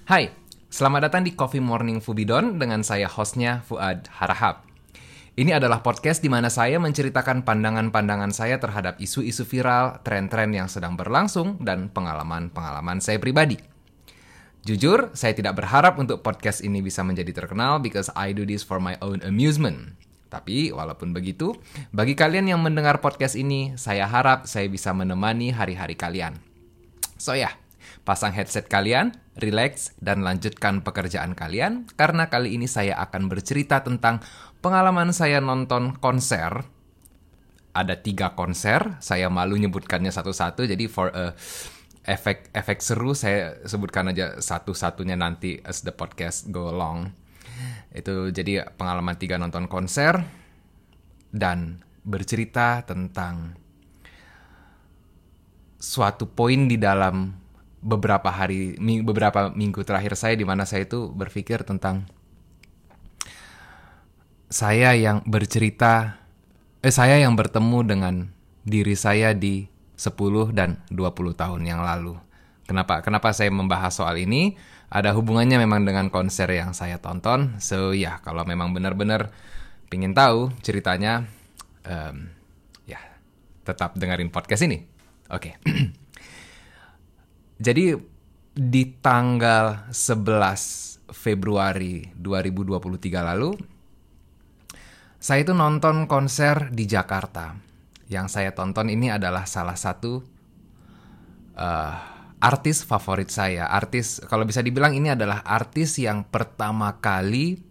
Hai, selamat datang di Coffee Morning Fubidon dengan saya hostnya Fuad Harahap. Ini adalah podcast di mana saya menceritakan pandangan-pandangan saya terhadap isu-isu viral, tren-tren yang sedang berlangsung, dan pengalaman-pengalaman saya pribadi. Jujur, saya tidak berharap untuk podcast ini bisa menjadi terkenal because I do this for my own amusement. Tapi walaupun begitu, bagi kalian yang mendengar podcast ini, saya harap saya bisa menemani hari-hari kalian. So ya, pasang headset kalian, relax, dan lanjutkan pekerjaan kalian, karena kali ini saya akan bercerita tentang pengalaman saya nonton konser. Ada 3 konser, saya malu nyebutkannya satu-satu, jadi for efek seru saya sebutkan aja satu-satunya nanti as the podcast go along. Itu jadi pengalaman 3 nonton konser, dan bercerita tentang suatu poin di dalam beberapa minggu terakhir saya, di mana saya itu berpikir tentang saya yang bertemu dengan diri saya di 10 dan 20 tahun yang lalu. Kenapa saya membahas soal ini? Ada hubungannya memang dengan konser yang saya tonton. So ya, kalau memang benar-benar pingin tahu ceritanya, tetap dengerin podcast ini. Oke. Jadi di tanggal 11 Februari 2023 lalu, saya itu nonton konser di Jakarta. Yang saya tonton ini adalah salah satu artis favorit saya. Kalau bisa dibilang ini adalah artis yang pertama kali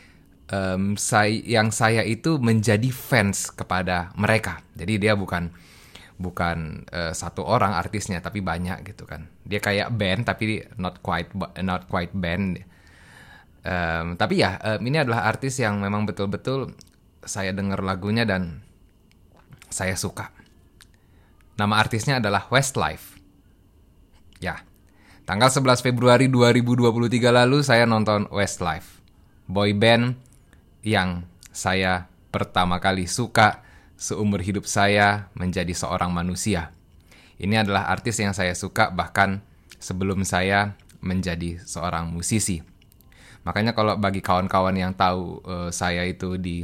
saya itu menjadi fans kepada mereka. Jadi dia bukan satu orang artisnya, tapi banyak gitu kan. Dia kayak band tapi not quite band. Tapi ya, ini adalah artis yang memang betul-betul saya dengar lagunya dan saya suka. Nama artisnya adalah Westlife. Ya, tanggal 11 Februari 2023 lalu saya nonton Westlife, boy band yang saya pertama kali suka seumur hidup saya menjadi seorang manusia. Ini adalah artis yang saya suka bahkan sebelum saya menjadi seorang musisi. Makanya kalau bagi kawan-kawan yang tahu saya itu di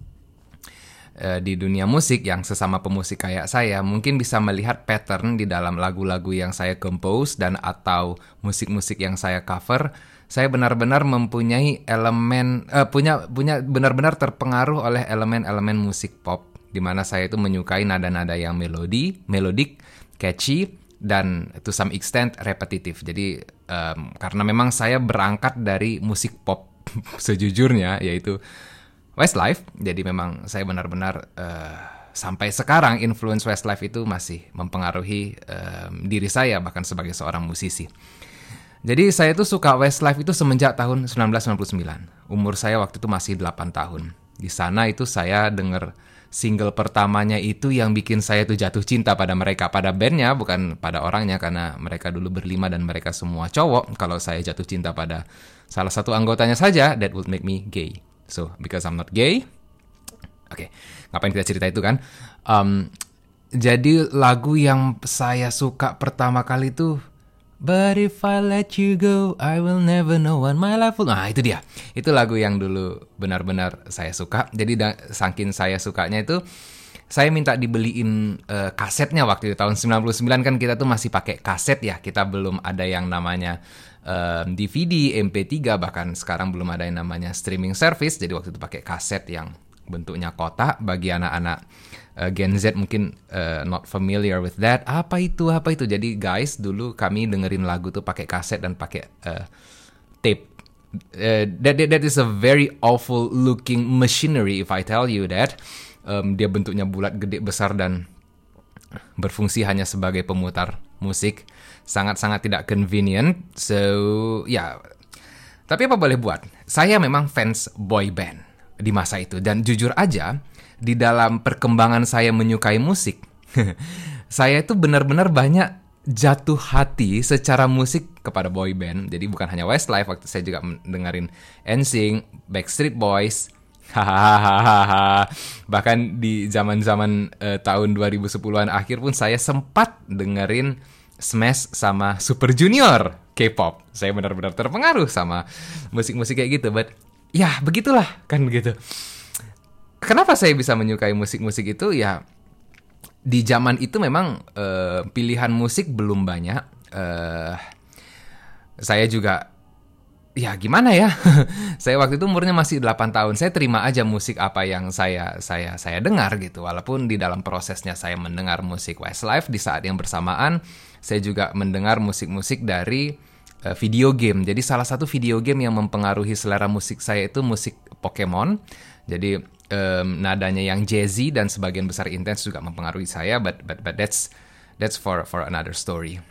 dunia musik, yang sesama pemusik kayak saya, mungkin bisa melihat pattern di dalam lagu-lagu yang saya compose dan atau musik-musik yang saya cover. Saya benar-benar mempunyai elemen benar-benar terpengaruh oleh elemen-elemen musik pop, di mana saya itu menyukai nada-nada yang melodik, catchy, dan to some extent repetitif. Jadi karena memang saya berangkat dari musik pop sejujurnya, yaitu Westlife, jadi memang saya benar-benar sampai sekarang influence Westlife itu masih mempengaruhi diri saya bahkan sebagai seorang musisi. Jadi saya tuh suka Westlife itu semenjak tahun 1999. Umur saya waktu itu masih 8 tahun. Di sana itu saya dengar single pertamanya itu yang bikin saya tuh jatuh cinta pada mereka, pada bandnya, bukan pada orangnya, karena mereka dulu berlima dan mereka semua cowok. Kalau saya jatuh cinta pada salah satu anggotanya saja, that would make me gay. So, because I'm not gay, oke, ngapain kita cerita itu kan? Jadi lagu yang saya suka pertama kali tuh, But if I let you go, I will never know what my life will... Nah, itu dia. Itu lagu yang dulu benar-benar saya suka. Jadi saking saya sukanya itu, saya minta dibeliin kasetnya waktu itu. Tahun 99 kan kita tuh masih pakai kaset ya. Kita belum ada yang namanya DVD, MP3, bahkan sekarang belum ada yang namanya streaming service. Jadi waktu itu pakai kaset yang bentuknya kotak. Bagi anak-anak Gen Z mungkin not familiar with that. Apa itu? Jadi guys, dulu kami dengerin lagu tuh pakai kaset dan pakai tape. That is a very awful looking machinery if I tell you that. Dia bentuknya bulat, gede, besar, dan berfungsi hanya sebagai pemutar musik. Sangat-sangat tidak convenient. So, ya. Tapi apa boleh buat? Saya memang fans boy band di masa itu. Dan jujur aja, di dalam perkembangan saya menyukai musik, saya itu benar-benar banyak jatuh hati secara musik kepada boy band. Jadi bukan hanya Westlife, waktu saya juga dengerin NSYNC, Backstreet Boys, Bahkan di zaman-zaman tahun 2010-an akhir pun saya sempat dengerin Smash sama Super Junior K-pop. Saya benar-benar terpengaruh sama musik-musik kayak gitu. But ya begitulah kan begitu. Kenapa saya bisa menyukai musik-musik itu? Ya di zaman itu memang pilihan musik belum banyak. Saya juga ya gimana ya? Saya waktu itu umurnya masih 8 tahun. Saya terima aja musik apa yang saya dengar gitu. Walaupun di dalam prosesnya saya mendengar musik Westlife, di saat yang bersamaan saya juga mendengar musik-musik dari video game. Jadi salah satu video game yang mempengaruhi selera musik saya itu musik Pokemon. Jadi nadanya yang jazzy dan sebagian besar intens juga mempengaruhi saya. But that's for another story.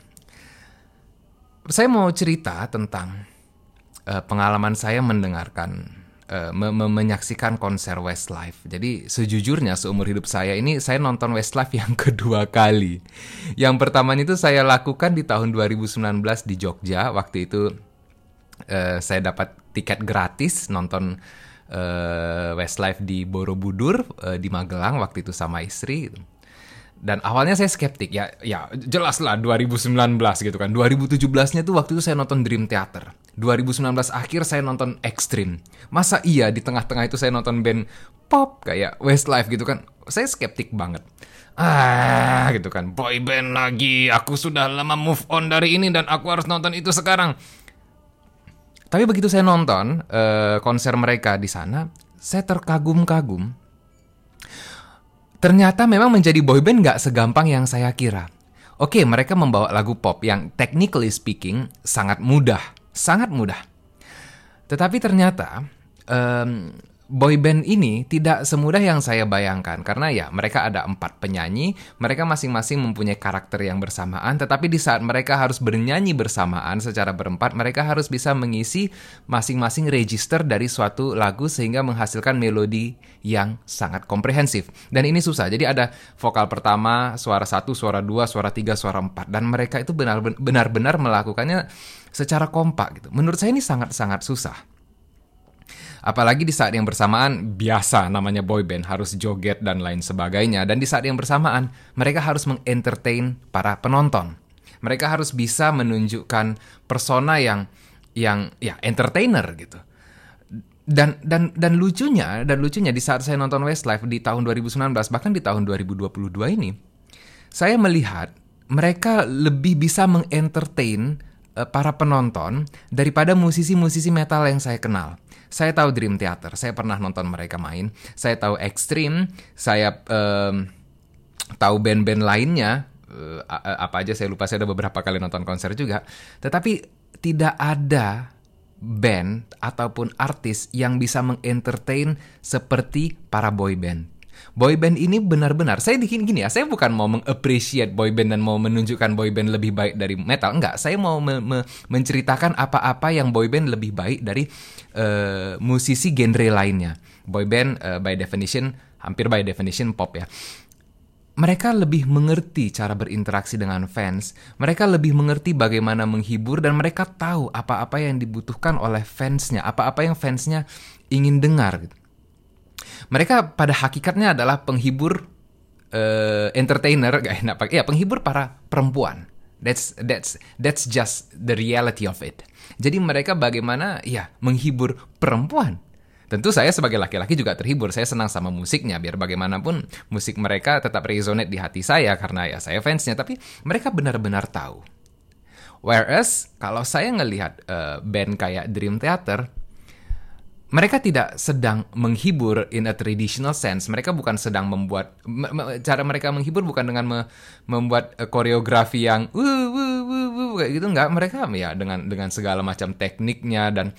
Saya mau cerita tentang pengalaman saya mendengarkan, menyaksikan konser Westlife. Jadi sejujurnya seumur hidup saya ini saya nonton Westlife yang kedua kali. Yang pertamanya itu saya lakukan di tahun 2019 di Jogja. Waktu itu saya dapat tiket gratis nonton Westlife di Borobudur di Magelang waktu itu sama istri. Dan awalnya saya skeptik, ya jelas lah 2019 gitu kan. 2017-nya tuh waktu itu saya nonton Dream Theater. 2019 akhir saya nonton Extreme. Masa iya di tengah-tengah itu saya nonton band pop kayak Westlife gitu kan. Saya skeptik banget. Gitu kan, boy band lagi, aku sudah lama move on dari ini dan aku harus nonton itu sekarang. Tapi begitu saya nonton konser mereka di sana, saya terkagum-kagum. Ternyata memang menjadi boyband gak segampang yang saya kira. Oke, mereka membawa lagu pop yang technically speaking sangat mudah. Sangat mudah. Tetapi ternyata boyband ini tidak semudah yang saya bayangkan. Karena ya mereka ada 4 penyanyi, mereka masing-masing mempunyai karakter yang bersamaan. Tetapi di saat mereka harus bernyanyi bersamaan secara berempat, mereka harus bisa mengisi masing-masing register dari suatu lagu sehingga menghasilkan melodi yang sangat komprehensif. Dan ini susah. Jadi ada vokal pertama, suara 1, suara 2, suara 3, suara 4. Dan mereka itu benar-benar melakukannya secara kompak gitu. Menurut saya ini sangat-sangat susah. Apalagi di saat yang bersamaan, biasa namanya boyband, harus joget dan lain sebagainya. Dan di saat yang bersamaan, mereka harus mengentertain para penonton. Mereka harus bisa menunjukkan persona yang ya entertainer gitu. Dan lucunya di saat saya nonton Westlife di tahun 2019 bahkan di tahun 2022 ini, saya melihat mereka lebih bisa mengentertain para penonton daripada musisi-musisi metal yang saya kenal. Saya tahu Dream Theater, saya pernah nonton mereka main. Saya tahu Extreme, saya tahu band-band lainnya. Apa aja saya lupa, saya udah beberapa kali nonton konser juga. Tetapi tidak ada band ataupun artis yang bisa mengentertain seperti para boyband. Boyband ini benar-benar, saya bikin gini ya, saya bukan mau meng-appreciate boyband dan mau menunjukkan boyband lebih baik dari metal, enggak. Saya mau menceritakan apa-apa yang boyband lebih baik dari musisi genre lainnya. Boyband by definition, hampir by definition pop ya. Mereka lebih mengerti cara berinteraksi dengan fans, mereka lebih mengerti bagaimana menghibur, dan mereka tahu apa-apa yang dibutuhkan oleh fansnya, apa-apa yang fansnya ingin dengar gitu. Mereka pada hakikatnya adalah penghibur entertainer, penghibur para perempuan. That's just the reality of it. Jadi mereka bagaimana menghibur perempuan. Tentu saya sebagai laki-laki juga terhibur. Saya senang sama musiknya, biar bagaimanapun musik mereka tetap resonate di hati saya karena ya saya fansnya. Tapi mereka benar-benar tahu. Whereas kalau saya ngelihat band kayak Dream Theater, mereka tidak sedang menghibur in a traditional sense. Mereka bukan sedang membuat cara mereka menghibur bukan dengan membuat koreografi yang kayak gitu, enggak. Mereka ya dengan segala macam tekniknya. Dan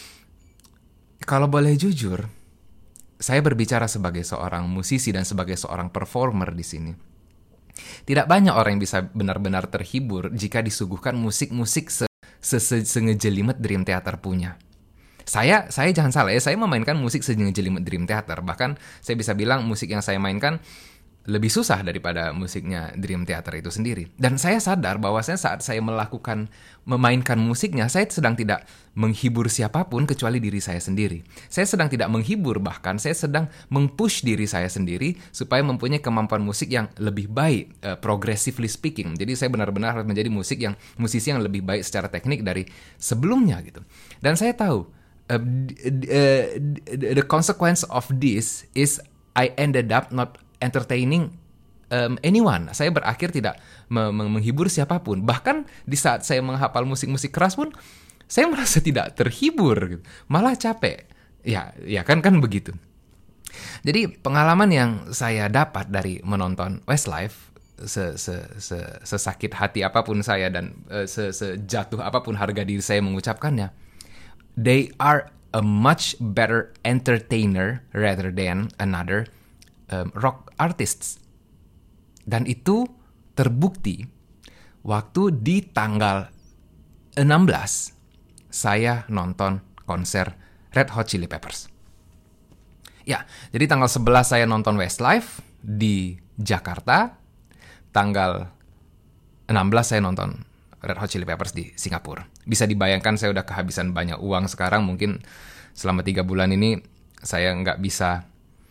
kalau boleh jujur, saya berbicara sebagai seorang musisi dan sebagai seorang performer di sini. Tidak banyak orang yang bisa benar-benar terhibur jika disuguhkan musik-musik sengejelimet Dream Theater punya. Saya jangan salah ya, saya memainkan musik sengejelimet Dream Theater. Bahkan saya bisa bilang musik yang saya mainkan lebih susah daripada musiknya Dream Theater itu sendiri. Dan saya sadar bahwa saat saya memainkan musiknya, saya sedang tidak menghibur siapapun kecuali diri saya sendiri. Saya sedang tidak menghibur, bahkan saya sedang meng-push diri saya sendiri supaya mempunyai kemampuan musik yang lebih baik, progressively speaking. Jadi saya benar-benar harus menjadi musisi yang lebih baik secara teknik dari sebelumnya gitu. Dan saya tahu the consequence of this is I ended up not entertaining anyone. Saya berakhir tidak menghibur siapapun. Bahkan di saat saya menghafal musik-musik keras pun saya merasa tidak terhibur, gitu. Malah capek. Ya kan begitu. Jadi pengalaman yang saya dapat dari menonton Westlife, sesakit hati apapun saya dan sejatuh apapun harga diri saya mengucapkannya, they are a much better entertainer rather than another rock artists. Dan itu terbukti waktu di tanggal 16 saya nonton konser Red Hot Chili Peppers. Ya, jadi tanggal 11 saya nonton Westlife di Jakarta. Tanggal 16 saya nonton Red Hot Chili Peppers di Singapura. Bisa dibayangkan saya udah kehabisan banyak uang sekarang. Mungkin selama 3 bulan ini saya nggak bisa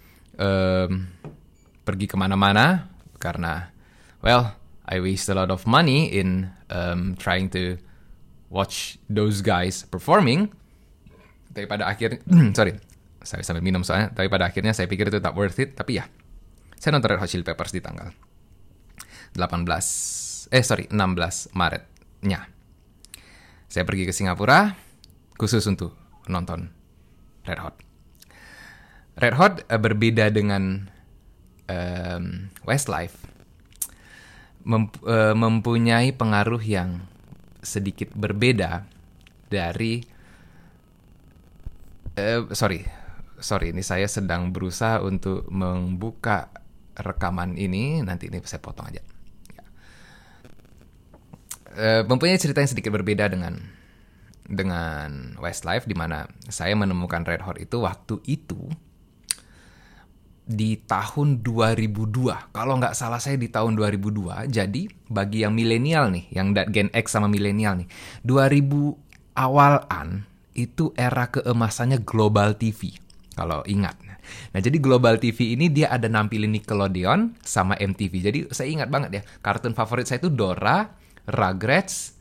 pergi kemana-mana. Karena, I waste a lot of money in trying to watch those guys performing. Tapi pada akhirnya, saya sambil minum soalnya. Tapi pada akhirnya saya pikir itu tak worth it. Tapi ya, saya nonton Red Hot Chili Peppers di tanggal 16 Maretnya. Saya pergi ke Singapura khusus untuk nonton Red Hot. Red Hot berbeda dengan Westlife, mempunyai pengaruh yang sedikit berbeda dari sorry, ini saya sedang berusaha untuk membuka rekaman ini, nanti ini saya potong aja. Mempunyai cerita yang sedikit berbeda dengan Westlife, di mana saya menemukan Red Hot itu waktu itu di tahun 2002. Kalau nggak salah saya di tahun 2002. Jadi bagi yang milenial nih, yang Gen X sama milenial nih, 2000 awalan itu era keemasannya Global TV. Kalau ingat. Nah, jadi Global TV ini dia ada nampilin Nickelodeon sama MTV. Jadi saya ingat banget ya, kartun favorit saya itu Dora, Rugrats,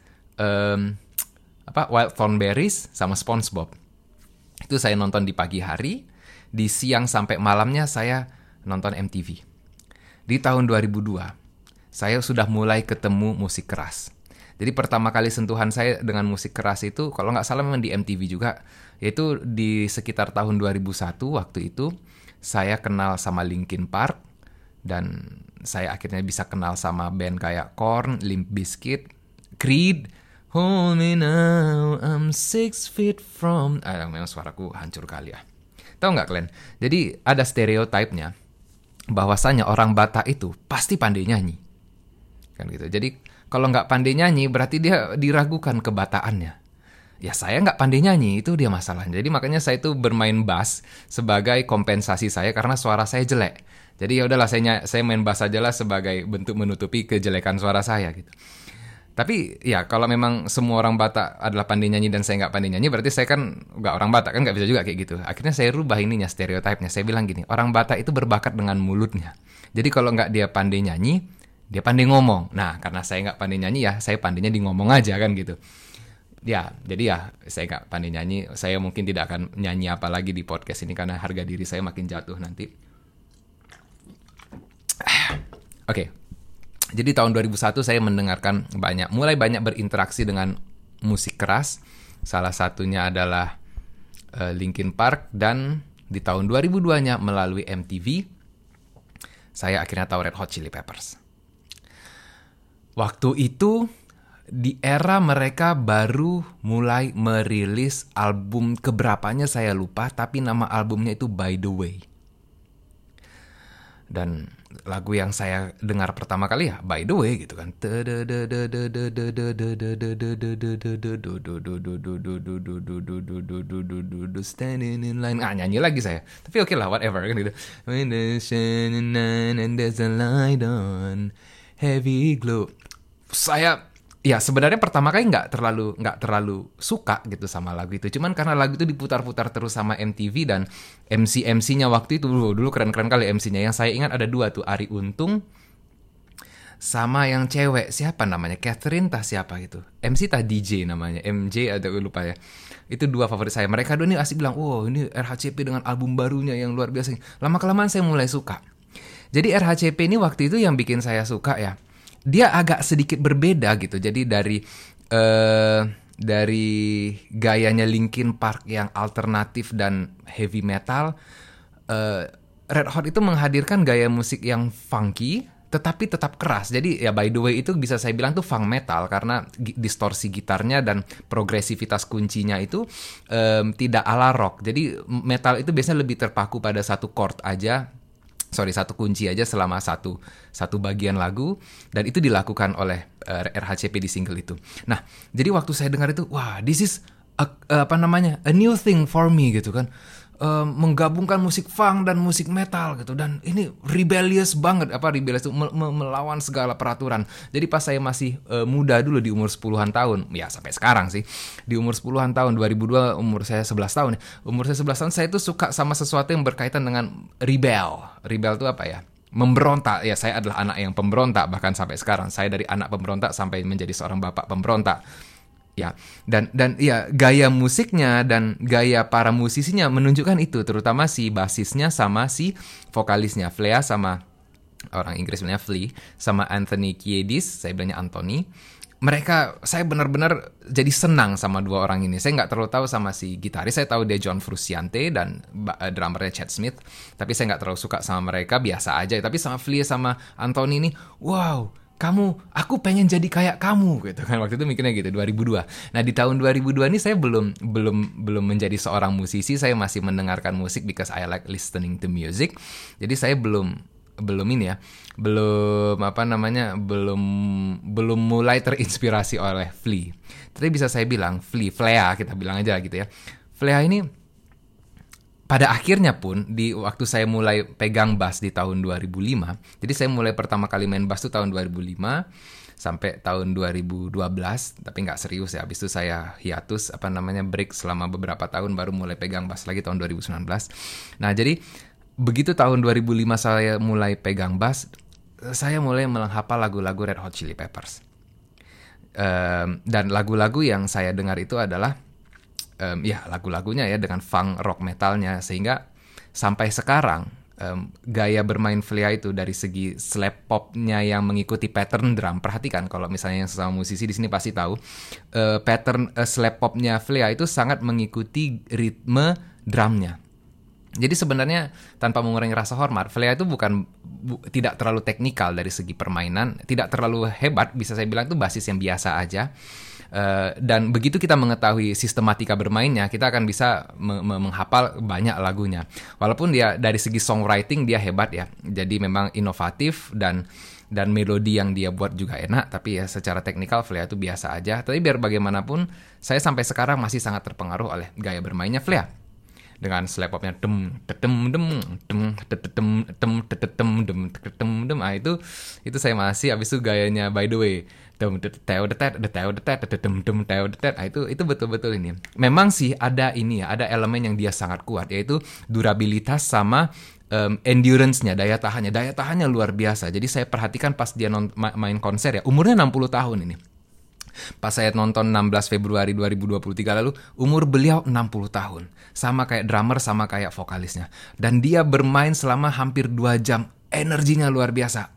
Wild Thornberrys sama SpongeBob. Itu saya nonton di pagi hari. Di siang sampai malamnya saya nonton MTV. Di tahun 2002, saya sudah mulai ketemu musik keras. Jadi pertama kali sentuhan saya dengan musik keras itu, kalau nggak salah memang di MTV juga, yaitu di sekitar tahun 2001. Waktu itu saya kenal sama Linkin Park, dan saya akhirnya bisa kenal sama band kayak Korn, Limp Bizkit, Creed, Hold Me Now, I'm 6 feet from... memang suaraku hancur kali ya. Tahu nggak kalian? Jadi ada stereotipnya bahwasannya orang Batak itu pasti pandai nyanyi, kan gitu. Jadi kalau nggak pandai nyanyi berarti dia diragukan kebataannya. Ya saya nggak pandai nyanyi, itu dia masalahnya. Jadi makanya saya itu bermain bass sebagai kompensasi saya karena suara saya jelek. Jadi ya udahlah saya main bass aja lah sebagai bentuk menutupi kejelekan suara saya gitu. Tapi ya kalau memang semua orang Batak adalah pandai nyanyi dan saya nggak pandai nyanyi, berarti saya kan nggak orang Batak, kan nggak bisa juga kayak gitu. Akhirnya saya rubah ininya, stereotipnya. Saya bilang gini, orang Batak itu berbakat dengan mulutnya. Jadi kalau nggak dia pandai nyanyi, dia pandai ngomong. Nah, karena saya nggak pandai nyanyi ya, saya pandainya di ngomong aja kan gitu. Ya, jadi ya saya nggak pandai nyanyi. Saya mungkin tidak akan nyanyi apa lagi di podcast ini karena harga diri saya makin jatuh nanti. Oke. Jadi tahun 2001 saya mendengarkan mulai banyak berinteraksi dengan musik keras. Salah satunya adalah Linkin Park, dan di tahun 2002-nya melalui MTV saya akhirnya tahu Red Hot Chili Peppers. Waktu itu di era mereka baru mulai merilis album keberapanya saya lupa, tapi nama albumnya itu By the Way. Dan lagu yang saya dengar pertama kali ya By the Way gitu kan. Standing in line. Nyanyi lagi saya. Tapi oke lah, whatever kan gitu. When the shining and there's a light on, heavy glow. Saya Ya sebenarnya pertama kali nggak terlalu suka gitu sama lagu itu. Cuman karena lagu itu diputar-putar terus sama MTV dan MC-MC-nya waktu itu dulu keren-keren kali MC-nya. Yang saya ingat ada dua tuh, Arie Untung sama yang cewek siapa namanya, Catherine tah siapa gitu, MC tah DJ namanya, MJ atau lupa ya. Itu dua favorit saya. Mereka dua ini asik bilang, wow ini RHCP dengan album barunya yang luar biasa. Lama kelamaan saya mulai suka. Jadi RHCP ini waktu itu yang bikin saya suka ya, dia agak sedikit berbeda gitu. Jadi dari gayanya Linkin Park yang alternatif dan heavy metal, Red Hot itu menghadirkan gaya musik yang funky tetapi tetap keras. Jadi ya by the way itu bisa saya bilang tuh funk metal karena distorsi gitarnya dan progresivitas kuncinya itu tidak ala rock. Jadi metal itu biasanya lebih terpaku pada satu chord aja. Satu kunci aja selama satu bagian lagu, dan itu dilakukan oleh RHCP di single itu. Nah, jadi waktu saya dengar itu, wah, this is a new thing for me gitu kan. Menggabungkan musik funk dan musik metal gitu, dan ini rebellious banget, rebellious itu melawan segala peraturan. Jadi pas saya masih muda dulu di umur 10-an tahun, ya sampai sekarang sih, di umur 10-an tahun, 2002 umur saya 11 tahun. Umur saya 11 tahun saya tuh suka sama sesuatu yang berkaitan dengan rebel. Rebel itu apa ya? Memberontak. Ya saya adalah anak yang pemberontak bahkan sampai sekarang. Saya dari anak pemberontak sampai menjadi seorang bapak pemberontak. Ya, dan ya gaya musiknya dan gaya para musisinya menunjukkan itu, terutama si basisnya sama si vokalisnya, Flea sama orang Inggris sebenarnya Flea sama Anthony Kiedis, saya bilangnya Anthony. Mereka, saya benar-benar jadi senang sama dua orang ini. Saya nggak terlalu tahu sama si gitaris, saya tahu dia John Frusciante dan drummernya Chad Smith, tapi saya nggak terlalu suka sama mereka, biasa aja. Tapi sama Flea sama Anthony ini, wow, aku pengen jadi kayak kamu gitu kan, waktu itu mikirnya gitu 2002. Nah di tahun 2002 ini saya belum menjadi seorang musisi, saya masih mendengarkan musik because I like listening to music. Jadi saya belum mulai terinspirasi oleh Flea. Tapi bisa saya bilang Flea kita bilang aja gitu ya. Flea ini pada akhirnya pun, di waktu saya mulai pegang bass di tahun 2005, jadi saya mulai pertama kali main bass itu tahun 2005 sampai tahun 2012, tapi nggak serius ya. Habis itu saya hiatus, break selama beberapa tahun, baru mulai pegang bass lagi tahun 2019. Nah, jadi begitu tahun 2005 saya mulai pegang bass, saya mulai menghafal lagu-lagu Red Hot Chili Peppers. Dan lagu-lagu yang saya dengar itu adalah lagu-lagunya ya dengan funk rock metalnya, sehingga sampai sekarang gaya bermain Flea itu dari segi slap popnya yang mengikuti pattern drum. Perhatikan kalau misalnya yang sesama musisi di sini pasti tahu pattern slap popnya Flea itu sangat mengikuti ritme drumnya. Jadi sebenarnya tanpa mengurangi rasa hormat, Flea itu tidak terlalu teknikal dari segi permainan, tidak terlalu hebat, bisa saya bilang itu basis yang biasa aja. Dan begitu kita mengetahui sistematika bermainnya, kita akan bisa menghafal banyak lagunya. Walaupun dia dari segi songwriting dia hebat ya, jadi memang inovatif dan melodi yang dia buat juga enak, tapi ya secara teknikal Flea itu biasa aja. Tapi biar bagaimanapun, saya sampai sekarang masih sangat terpengaruh oleh gaya bermainnya Flea. Dengan slap popnya itu saya masih. Habis itu gayanya by the way itu betul-betul ini. Memang sih ada elemen yang dia sangat kuat, yaitu durabilitas sama endurance-nya, daya tahannya luar biasa. Jadi saya perhatikan pas dia main konser ya, umurnya 60 tahun ini. Pas saya nonton 16 Februari 2023 lalu, umur beliau 60 tahun. Sama kayak drummer, sama kayak vokalisnya. Dan dia bermain selama hampir 2 jam. Energinya luar biasa.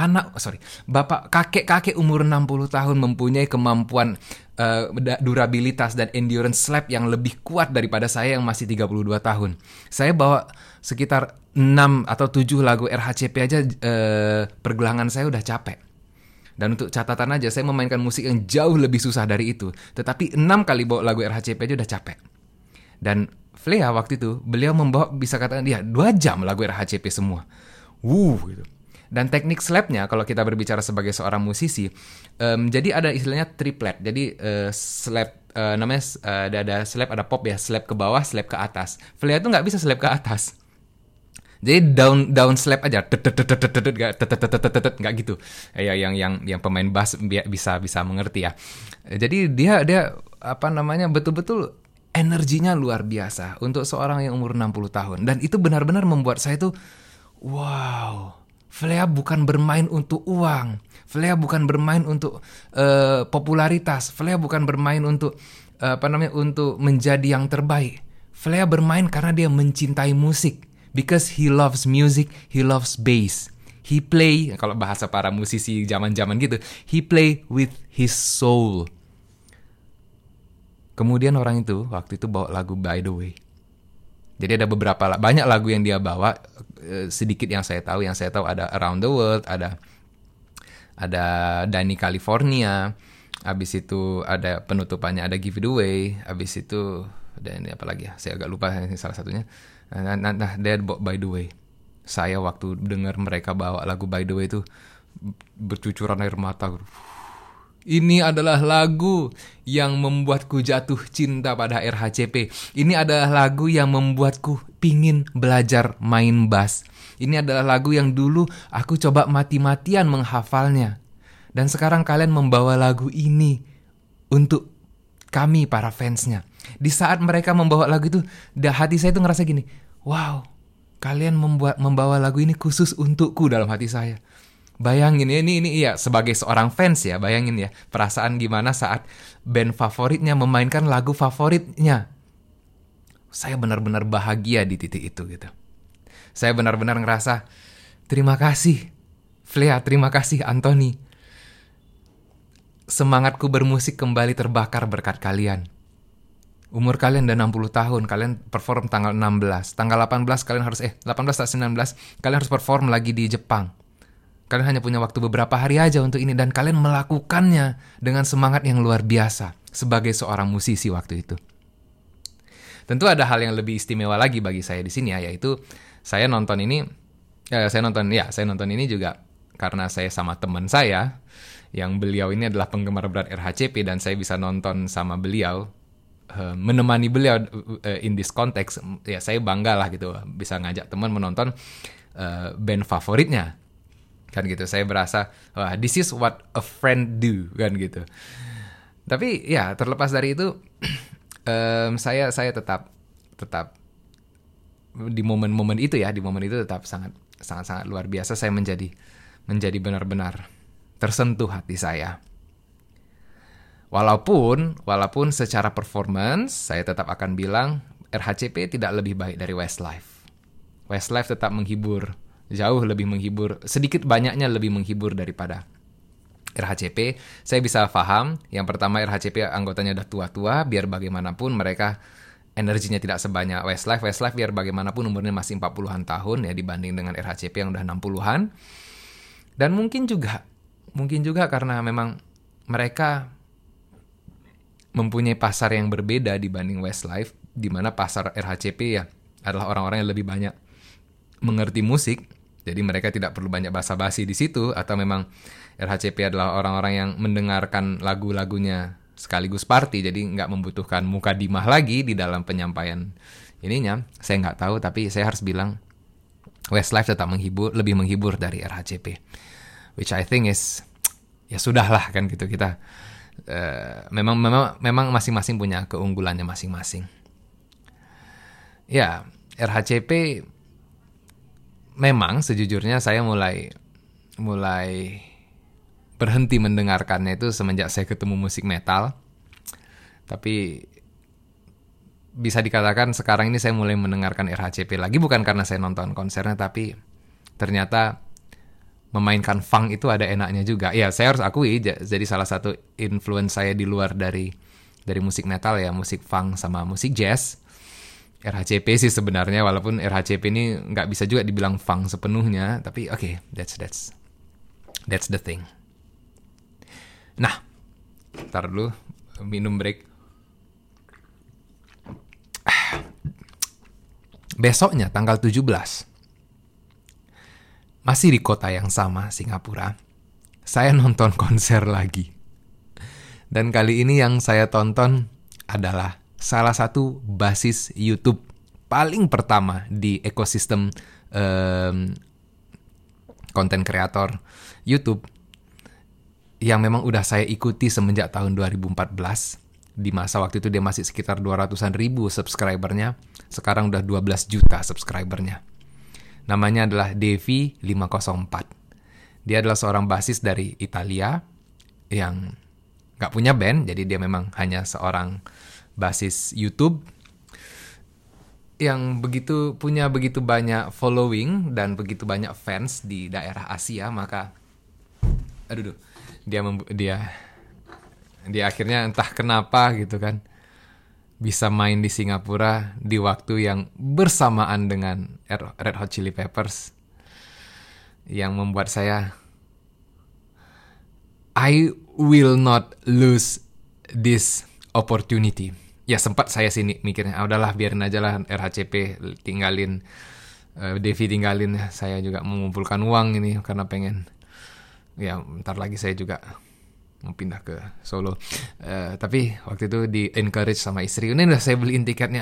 Kakek umur 60 tahun mempunyai kemampuan durabilitas dan endurance slap yang lebih kuat daripada saya yang masih 32 tahun. Saya bawa sekitar 6 atau 7 lagu RHCP aja, pergelangan saya udah capek. Dan untuk catatan aja, saya memainkan musik yang jauh lebih susah dari itu. Tetapi 6 kali bawa lagu RHCP aja udah capek. Dan Flea waktu itu, beliau membawa, bisa katakan, 2 jam lagu RHCP semua. Gitu. Dan teknik slapnya, kalau kita berbicara sebagai seorang musisi, jadi ada istilahnya triplet. Jadi slap, namanya ada slap, ada pop ya, slap ke bawah, slap ke atas. Flea itu nggak bisa slap ke atas. Jadi down slap aja, nggak gitu. Ya yang pemain bass bisa mengerti ya. Jadi dia apa namanya betul-betul energinya luar biasa untuk seorang yang umur 60 tahun, dan itu benar-benar membuat saya tuh wow. Flea bukan bermain untuk uang. Flea bukan bermain untuk popularitas. Flea bukan bermain untuk untuk menjadi yang terbaik. Flea bermain karena dia mencintai musik. Because he loves music, he loves bass. He play, kalau bahasa para musisi zaman-zaman gitu, he play with his soul. Kemudian orang itu waktu itu bawa lagu By the Way. Jadi ada banyak lagu yang dia bawa, sedikit yang saya tahu ada Around the World, ada Danny California, habis itu ada penutupannya ada Give It Away, habis itu dan apa lagi ya, saya agak lupa ini salah satunya. Nah, dia bawa By the Way. Saya waktu dengar mereka bawa lagu By the Way itu bercucuran air mata. Ini adalah lagu yang membuatku jatuh cinta pada RHCP. Ini adalah lagu yang membuatku pingin belajar main bass. Ini adalah lagu yang dulu aku coba mati-matian menghafalnya. Dan sekarang kalian membawa lagu ini untuk kami para fansnya. Di saat mereka membawa lagu itu, hati saya tuh ngerasa gini, wow, kalian membawa lagu ini khusus untukku dalam hati saya. Bayangin ya, ini ya sebagai seorang fans ya, bayangin ya perasaan gimana saat band favoritnya memainkan lagu favoritnya. Saya benar-benar bahagia di titik itu gitu. Saya benar-benar ngerasa terima kasih Flea, terima kasih Anthony. Semangatku bermusik kembali terbakar berkat kalian. Umur kalian udah 60 tahun, kalian perform tanggal 16. Tanggal 18 kalian harus 18 atau 19 kalian harus perform lagi di Jepang. Kalian hanya punya waktu beberapa hari aja untuk ini, dan kalian melakukannya dengan semangat yang luar biasa sebagai seorang musisi waktu itu. Tentu ada hal yang lebih istimewa lagi bagi saya di sini ya, yaitu saya nonton ini juga karena saya sama teman saya yang beliau ini adalah penggemar berat RHCP, dan saya bisa nonton sama beliau, menemani beliau in this context. Ya saya bangga lah gitu bisa ngajak teman menonton band favoritnya. Kan gitu, saya berasa wah, this is what a friend do kan gitu. Tapi ya terlepas dari itu saya tetap di momen itu tetap sangat luar biasa. Saya menjadi benar-benar tersentuh hati saya. Walaupun secara performance saya tetap akan bilang RHCP tidak lebih baik dari Westlife. Westlife tetap menghibur, jauh lebih menghibur, sedikit banyaknya lebih menghibur daripada RHCP. Saya bisa paham, yang pertama RHCP anggotanya udah tua-tua, biar bagaimanapun mereka energinya tidak sebanyak Westlife. Westlife biar bagaimanapun umurnya masih 40-an tahun ya dibanding dengan RHCP yang udah 60-an. Dan mungkin juga karena memang mereka mempunyai pasar yang berbeda dibanding Westlife, di mana pasar RHCP ya adalah orang-orang yang lebih banyak mengerti musik. Jadi mereka tidak perlu banyak basa-basi di situ, atau memang RHCP adalah orang-orang yang mendengarkan lagu-lagunya sekaligus party, jadi nggak membutuhkan mukadimah lagi di dalam penyampaian ininya. Saya nggak tahu, tapi saya harus bilang Westlife tetap lebih menghibur dari RHCP, which I think is ya sudahlah kan gitu, kita memang masing-masing punya keunggulannya masing-masing. Ya RHCP memang sejujurnya saya mulai berhenti mendengarkannya itu semenjak saya ketemu musik metal. Tapi bisa dikatakan sekarang ini saya mulai mendengarkan RHCP lagi, bukan karena saya nonton konsernya, tapi ternyata memainkan funk itu ada enaknya juga. Ya saya harus akui, jadi salah satu influence saya di luar dari musik metal ya, musik funk sama musik jazz. RHCP sih sebenarnya, walaupun RHCP ini nggak bisa juga dibilang funk sepenuhnya, tapi okay, that's the thing. Nah, ntar dulu minum break. Besoknya tanggal 17, masih di kota yang sama, Singapura, saya nonton konser lagi. Dan kali ini yang saya tonton adalah salah satu basis YouTube paling pertama di ekosistem konten kreator YouTube yang memang udah saya ikuti semenjak tahun 2014. Di masa waktu itu dia masih sekitar 200-an ribu subscribernya. Sekarang udah 12 juta subscribernya. Namanya adalah Devi504. Dia adalah seorang basis dari Italia yang gak punya band. Jadi dia memang hanya seorang basis YouTube yang punya begitu banyak following dan begitu banyak fans di daerah Asia. Maka dia akhirnya entah kenapa gitu kan bisa main di Singapura di waktu yang bersamaan dengan Red Hot Chili Peppers, yang membuat saya I will not lose this opportunity. Ya sempat saya sini mikirnya udahlah biarin aja lah RHCP tinggalin, Devi tinggalin, saya juga mengumpulkan uang ini karena pengen ya bentar lagi saya juga mau pindah ke Solo. Tapi waktu itu di encourage sama istri, ini udah saya beliin tiketnya.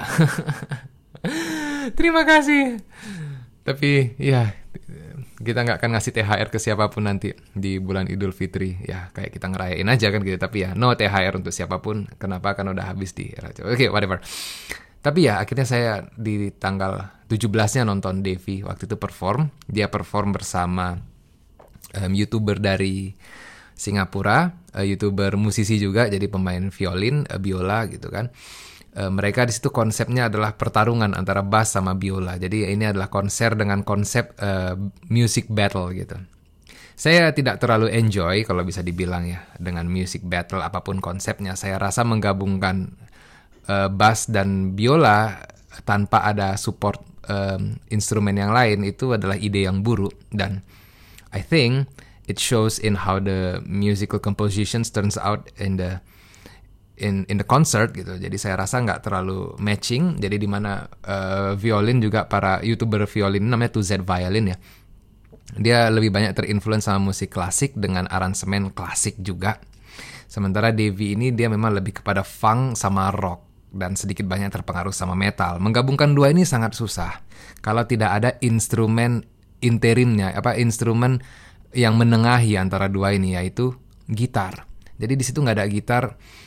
Terima kasih. Tapi ya kita nggak akan ngasih THR ke siapapun nanti di bulan Idul Fitri. Ya kayak kita ngerayain aja kan gitu. Tapi ya no THR untuk siapapun. Kenapa? Kan udah habis di Oke, whatever. Tapi ya akhirnya saya di tanggal 17-nya nonton Devi waktu itu perform. Dia perform bersama YouTuber dari Singapura, YouTuber musisi juga, jadi pemain violin, biola gitu kan. Mereka di situ konsepnya adalah pertarungan antara bass sama biola. Jadi ini adalah konser dengan konsep music battle gitu. Saya tidak terlalu enjoy kalau bisa dibilang ya dengan music battle apapun konsepnya. Saya rasa menggabungkan bass dan biola tanpa ada support instrumen yang lain itu adalah ide yang buruk, dan I think it shows in how the musical compositions turns out in the concert gitu. Jadi saya rasa nggak terlalu matching. Jadi di mana violin juga, para YouTuber violin namanya 2Z Violin ya. Dia lebih banyak terinfluence sama musik klasik dengan aransemen klasik juga. Sementara Devi ini dia memang lebih kepada funk sama rock dan sedikit banyak terpengaruh sama metal. Menggabungkan dua ini sangat susah kalau tidak ada instrumen interimnya, instrumen yang menengahi antara dua ini, yaitu gitar. Jadi di situ nggak ada gitar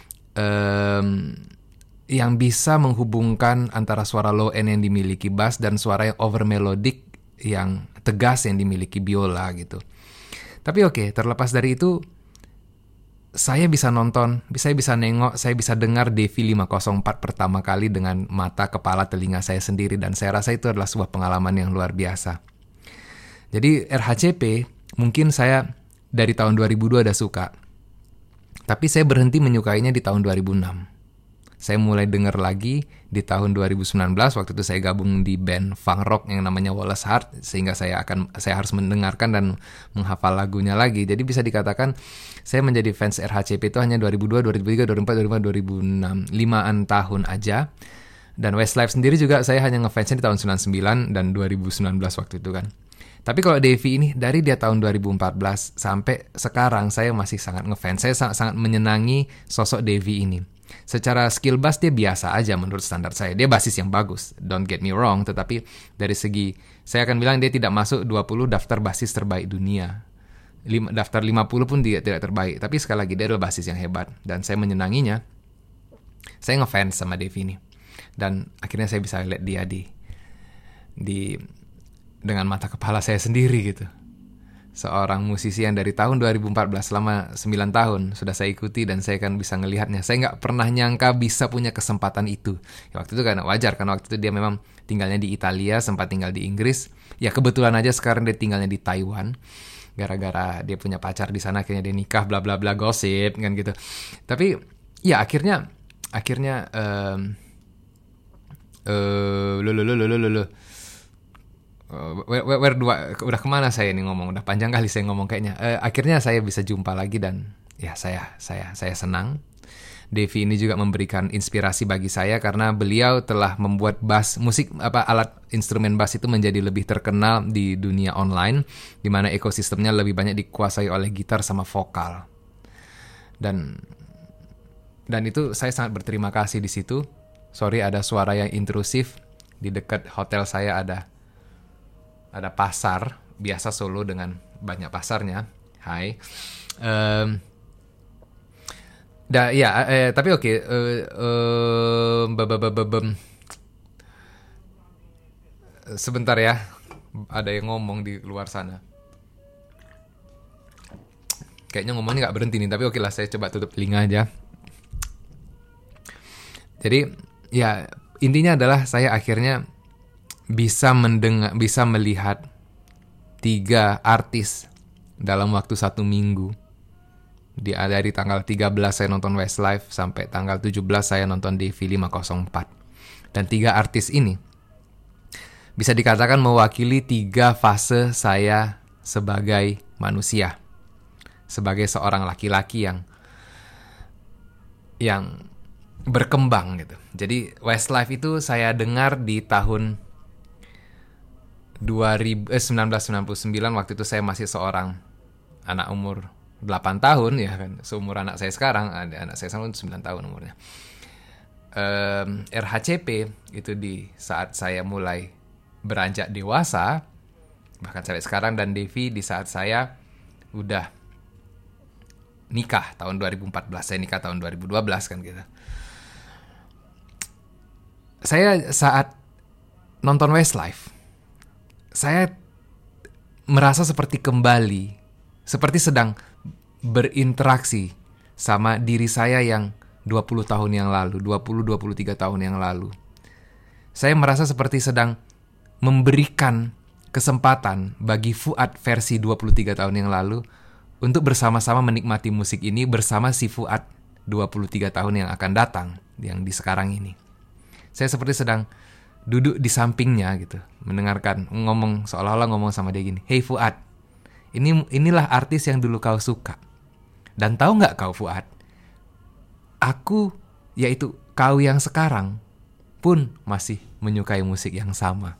yang bisa menghubungkan antara suara low end yang dimiliki bass dan suara yang over melodic yang tegas yang dimiliki biola gitu. Tapi oke, terlepas dari itu, saya bisa nonton, saya bisa nengok, saya bisa dengar Devi 504 pertama kali dengan mata, kepala, telinga saya sendiri, dan saya rasa itu adalah sebuah pengalaman yang luar biasa. Jadi RHCP mungkin saya dari tahun 2002 udah suka. Tapi saya berhenti menyukainya di tahun 2006. Saya mulai dengar lagi di tahun 2019, waktu itu saya gabung di band funk rock yang namanya Wallace Heart, sehingga saya harus mendengarkan dan menghafal lagunya lagi. Jadi bisa dikatakan saya menjadi fans RHCP itu hanya 2002, 2003, 2004, 2005, 2006, 5-an tahun aja. Dan Westlife sendiri juga saya hanya ngefansnya di tahun 99 dan 2019 waktu itu kan. Tapi kalau Devi ini dari dia tahun 2014 sampai sekarang saya masih sangat ngefans. Saya sangat menyenangi sosok Devi ini. Secara skill bass dia biasa aja menurut standar saya. Dia basis yang bagus, don't get me wrong. Tetapi dari segi, saya akan bilang dia tidak masuk 20 daftar basis terbaik dunia. Daftar 50 pun dia tidak terbaik. Tapi sekali lagi dia adalah basis yang hebat. Dan saya menyenanginya. Saya ngefans sama Devi ini. Dan akhirnya saya bisa lihat dia dengan mata kepala saya sendiri gitu. Seorang musisi yang dari tahun 2014 selama 9 tahun sudah saya ikuti dan saya kan bisa ngelihatnya. Saya nggak pernah nyangka bisa punya kesempatan itu. Ya, waktu itu kan wajar karena waktu itu dia memang tinggalnya di Italia, sempat tinggal di Inggris. Ya kebetulan aja sekarang dia tinggalnya di Taiwan. Gara-gara dia punya pacar di sana, akhirnya dia nikah, bla bla bla, gosip kan gitu. Tapi ya akhirnya udah kemana saya ini ngomong, udah panjang kali saya ngomong kayaknya. Akhirnya saya bisa jumpa lagi dan ya saya senang. Devi ini juga memberikan inspirasi bagi saya karena beliau telah membuat alat instrumen bass itu menjadi lebih terkenal di dunia online, di mana ekosistemnya lebih banyak dikuasai oleh gitar sama vokal. Dan itu saya sangat berterima kasih di situ. Sorry ada suara yang intrusif Di dekat hotel saya ada pasar, biasa Solo dengan banyak pasarnya. Hai. Tapi oke. Sebentar ya, ada yang ngomong di luar sana. Kayaknya ngomongnya nggak berhenti nih, tapi oke lah, saya coba tutup telinga aja. Jadi ya intinya adalah saya akhirnya bisa melihat 3 artis dalam waktu 1 minggu. Dari tanggal 13 saya nonton Westlife sampai tanggal 17 saya nonton Devi 504. Dan 3 artis ini bisa dikatakan mewakili 3 fase saya sebagai manusia. Sebagai seorang laki-laki yang berkembang gitu. Jadi Westlife itu saya dengar di tahun 1999, waktu itu saya masih seorang anak umur 8 tahun ya kan, seumur anak saya sekarang. Anak saya sekarang 9 tahun umurnya. RHCP itu di saat saya mulai beranjak dewasa, bahkan sampai sekarang, dan Devi di saat saya udah nikah tahun 2014. Saya nikah tahun 2012 kan gitu. Saya saat nonton Westlife, saya merasa seperti kembali, seperti sedang berinteraksi sama diri saya yang 20 tahun yang lalu, 20-23 tahun yang lalu. Saya merasa seperti sedang memberikan kesempatan bagi Fuad versi 23 tahun yang lalu untuk bersama-sama menikmati musik ini bersama si Fuad 23 tahun yang akan datang, yang di sekarang ini. Saya seperti sedang duduk di sampingnya gitu, mendengarkan, seolah-olah ngomong sama dia gini, "Hey Fuad, inilah artis yang dulu kau suka. Dan tahu nggak kau Fuad, aku, yaitu kau yang sekarang, pun masih menyukai musik yang sama."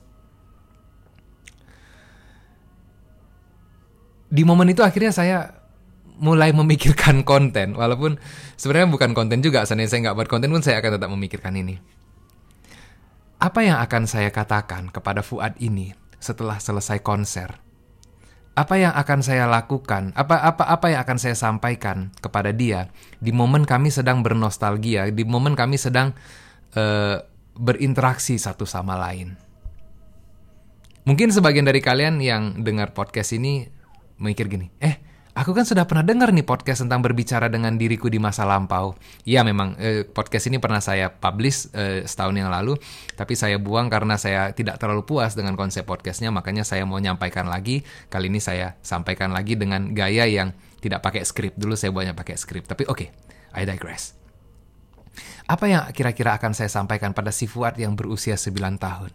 Di momen itu akhirnya saya mulai memikirkan konten, walaupun sebenarnya bukan konten juga. Seandainya saya nggak buat konten pun saya akan tetap memikirkan ini. Apa yang akan saya katakan kepada Fuad ini setelah selesai konser? Apa yang akan saya lakukan? Apa yang akan saya sampaikan kepada dia di momen kami sedang bernostalgia, di momen kami sedang berinteraksi satu sama lain? Mungkin sebagian dari kalian yang dengar podcast ini mikir gini, aku kan sudah pernah dengar nih podcast tentang berbicara dengan diriku di masa lampau. Ya memang podcast ini pernah saya publish setahun yang lalu, tapi saya buang karena saya tidak terlalu puas dengan konsep podcastnya, makanya saya mau nyampaikan lagi. Kali ini saya sampaikan lagi dengan gaya yang tidak pakai skrip. Dulu saya buatnya pakai skrip, tapi oke, I digress. Apa yang kira-kira akan saya sampaikan pada si Fuad yang berusia 9 tahun?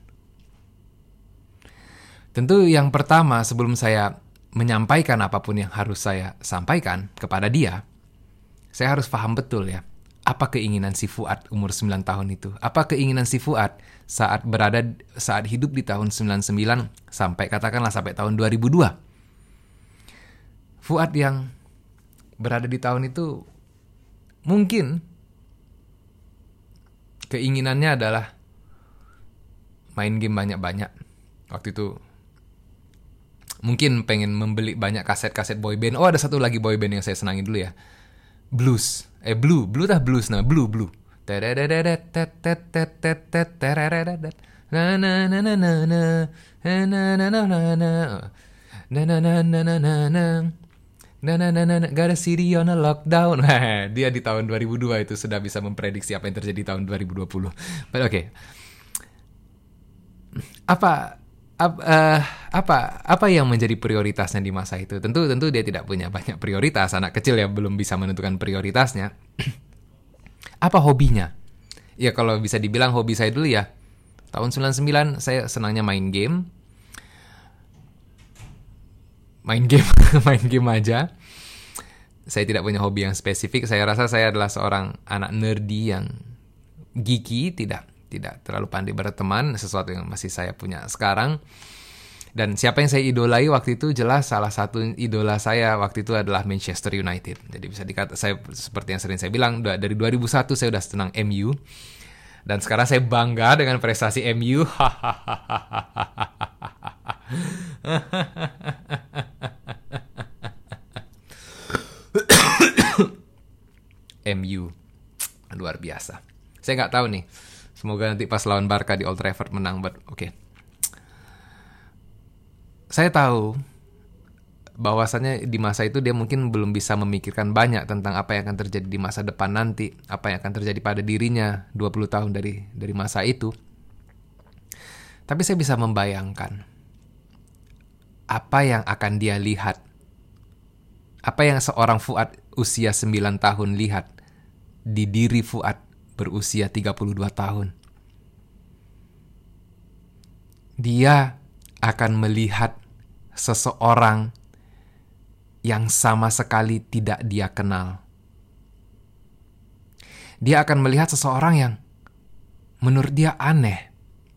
Tentu yang pertama, sebelum saya menyampaikan apapun yang harus saya sampaikan kepada dia, saya harus paham betul ya, apa keinginan si Fuad umur 9 tahun itu. Apa keinginan si Fuad saat hidup di tahun 99 sampai tahun 2002. Fuad yang berada di tahun itu mungkin keinginannya adalah main game banyak-banyak. Waktu itu mungkin pengen membeli banyak kaset-kaset boyband. Oh, ada satu lagi boyband yang saya senangi dulu ya. Blues. Blue blues. Gotta city on a lockdown. Dia di tahun 2002 itu sudah bisa memprediksi apa yang terjadi di tahun 2020. But okay. Apa yang menjadi prioritasnya di masa itu? Tentu dia tidak punya banyak prioritas. Anak kecil ya belum bisa menentukan prioritasnya. Apa hobinya? Ya kalau bisa dibilang hobi saya dulu ya, tahun 99 saya senangnya main game. Main game aja. Saya tidak punya hobi yang spesifik. Saya rasa saya adalah seorang anak nerdy yang geeky, tidak terlalu pandai berteman, sesuatu yang masih saya punya sekarang. Dan siapa yang saya idolai waktu itu, jelas salah satu idola saya waktu itu adalah Manchester United. Jadi bisa dikata, saya seperti yang sering saya bilang, dari 2001 saya udah senang MU. Dan sekarang saya bangga dengan prestasi MU. MU luar biasa. Saya nggak tahu nih. Semoga nanti pas lawan Barca di Old Trafford menang. But oke. Saya tahu bahwasannya di masa itu dia mungkin belum bisa memikirkan banyak tentang apa yang akan terjadi di masa depan nanti, apa yang akan terjadi pada dirinya 20 tahun dari masa itu. Tapi saya bisa membayangkan apa yang akan dia lihat. Apa yang seorang Fuad usia 9 tahun lihat di diri Fuad berusia 32 tahun. Dia akan melihat seseorang yang sama sekali tidak dia kenal. Dia akan melihat seseorang yang menurut dia aneh.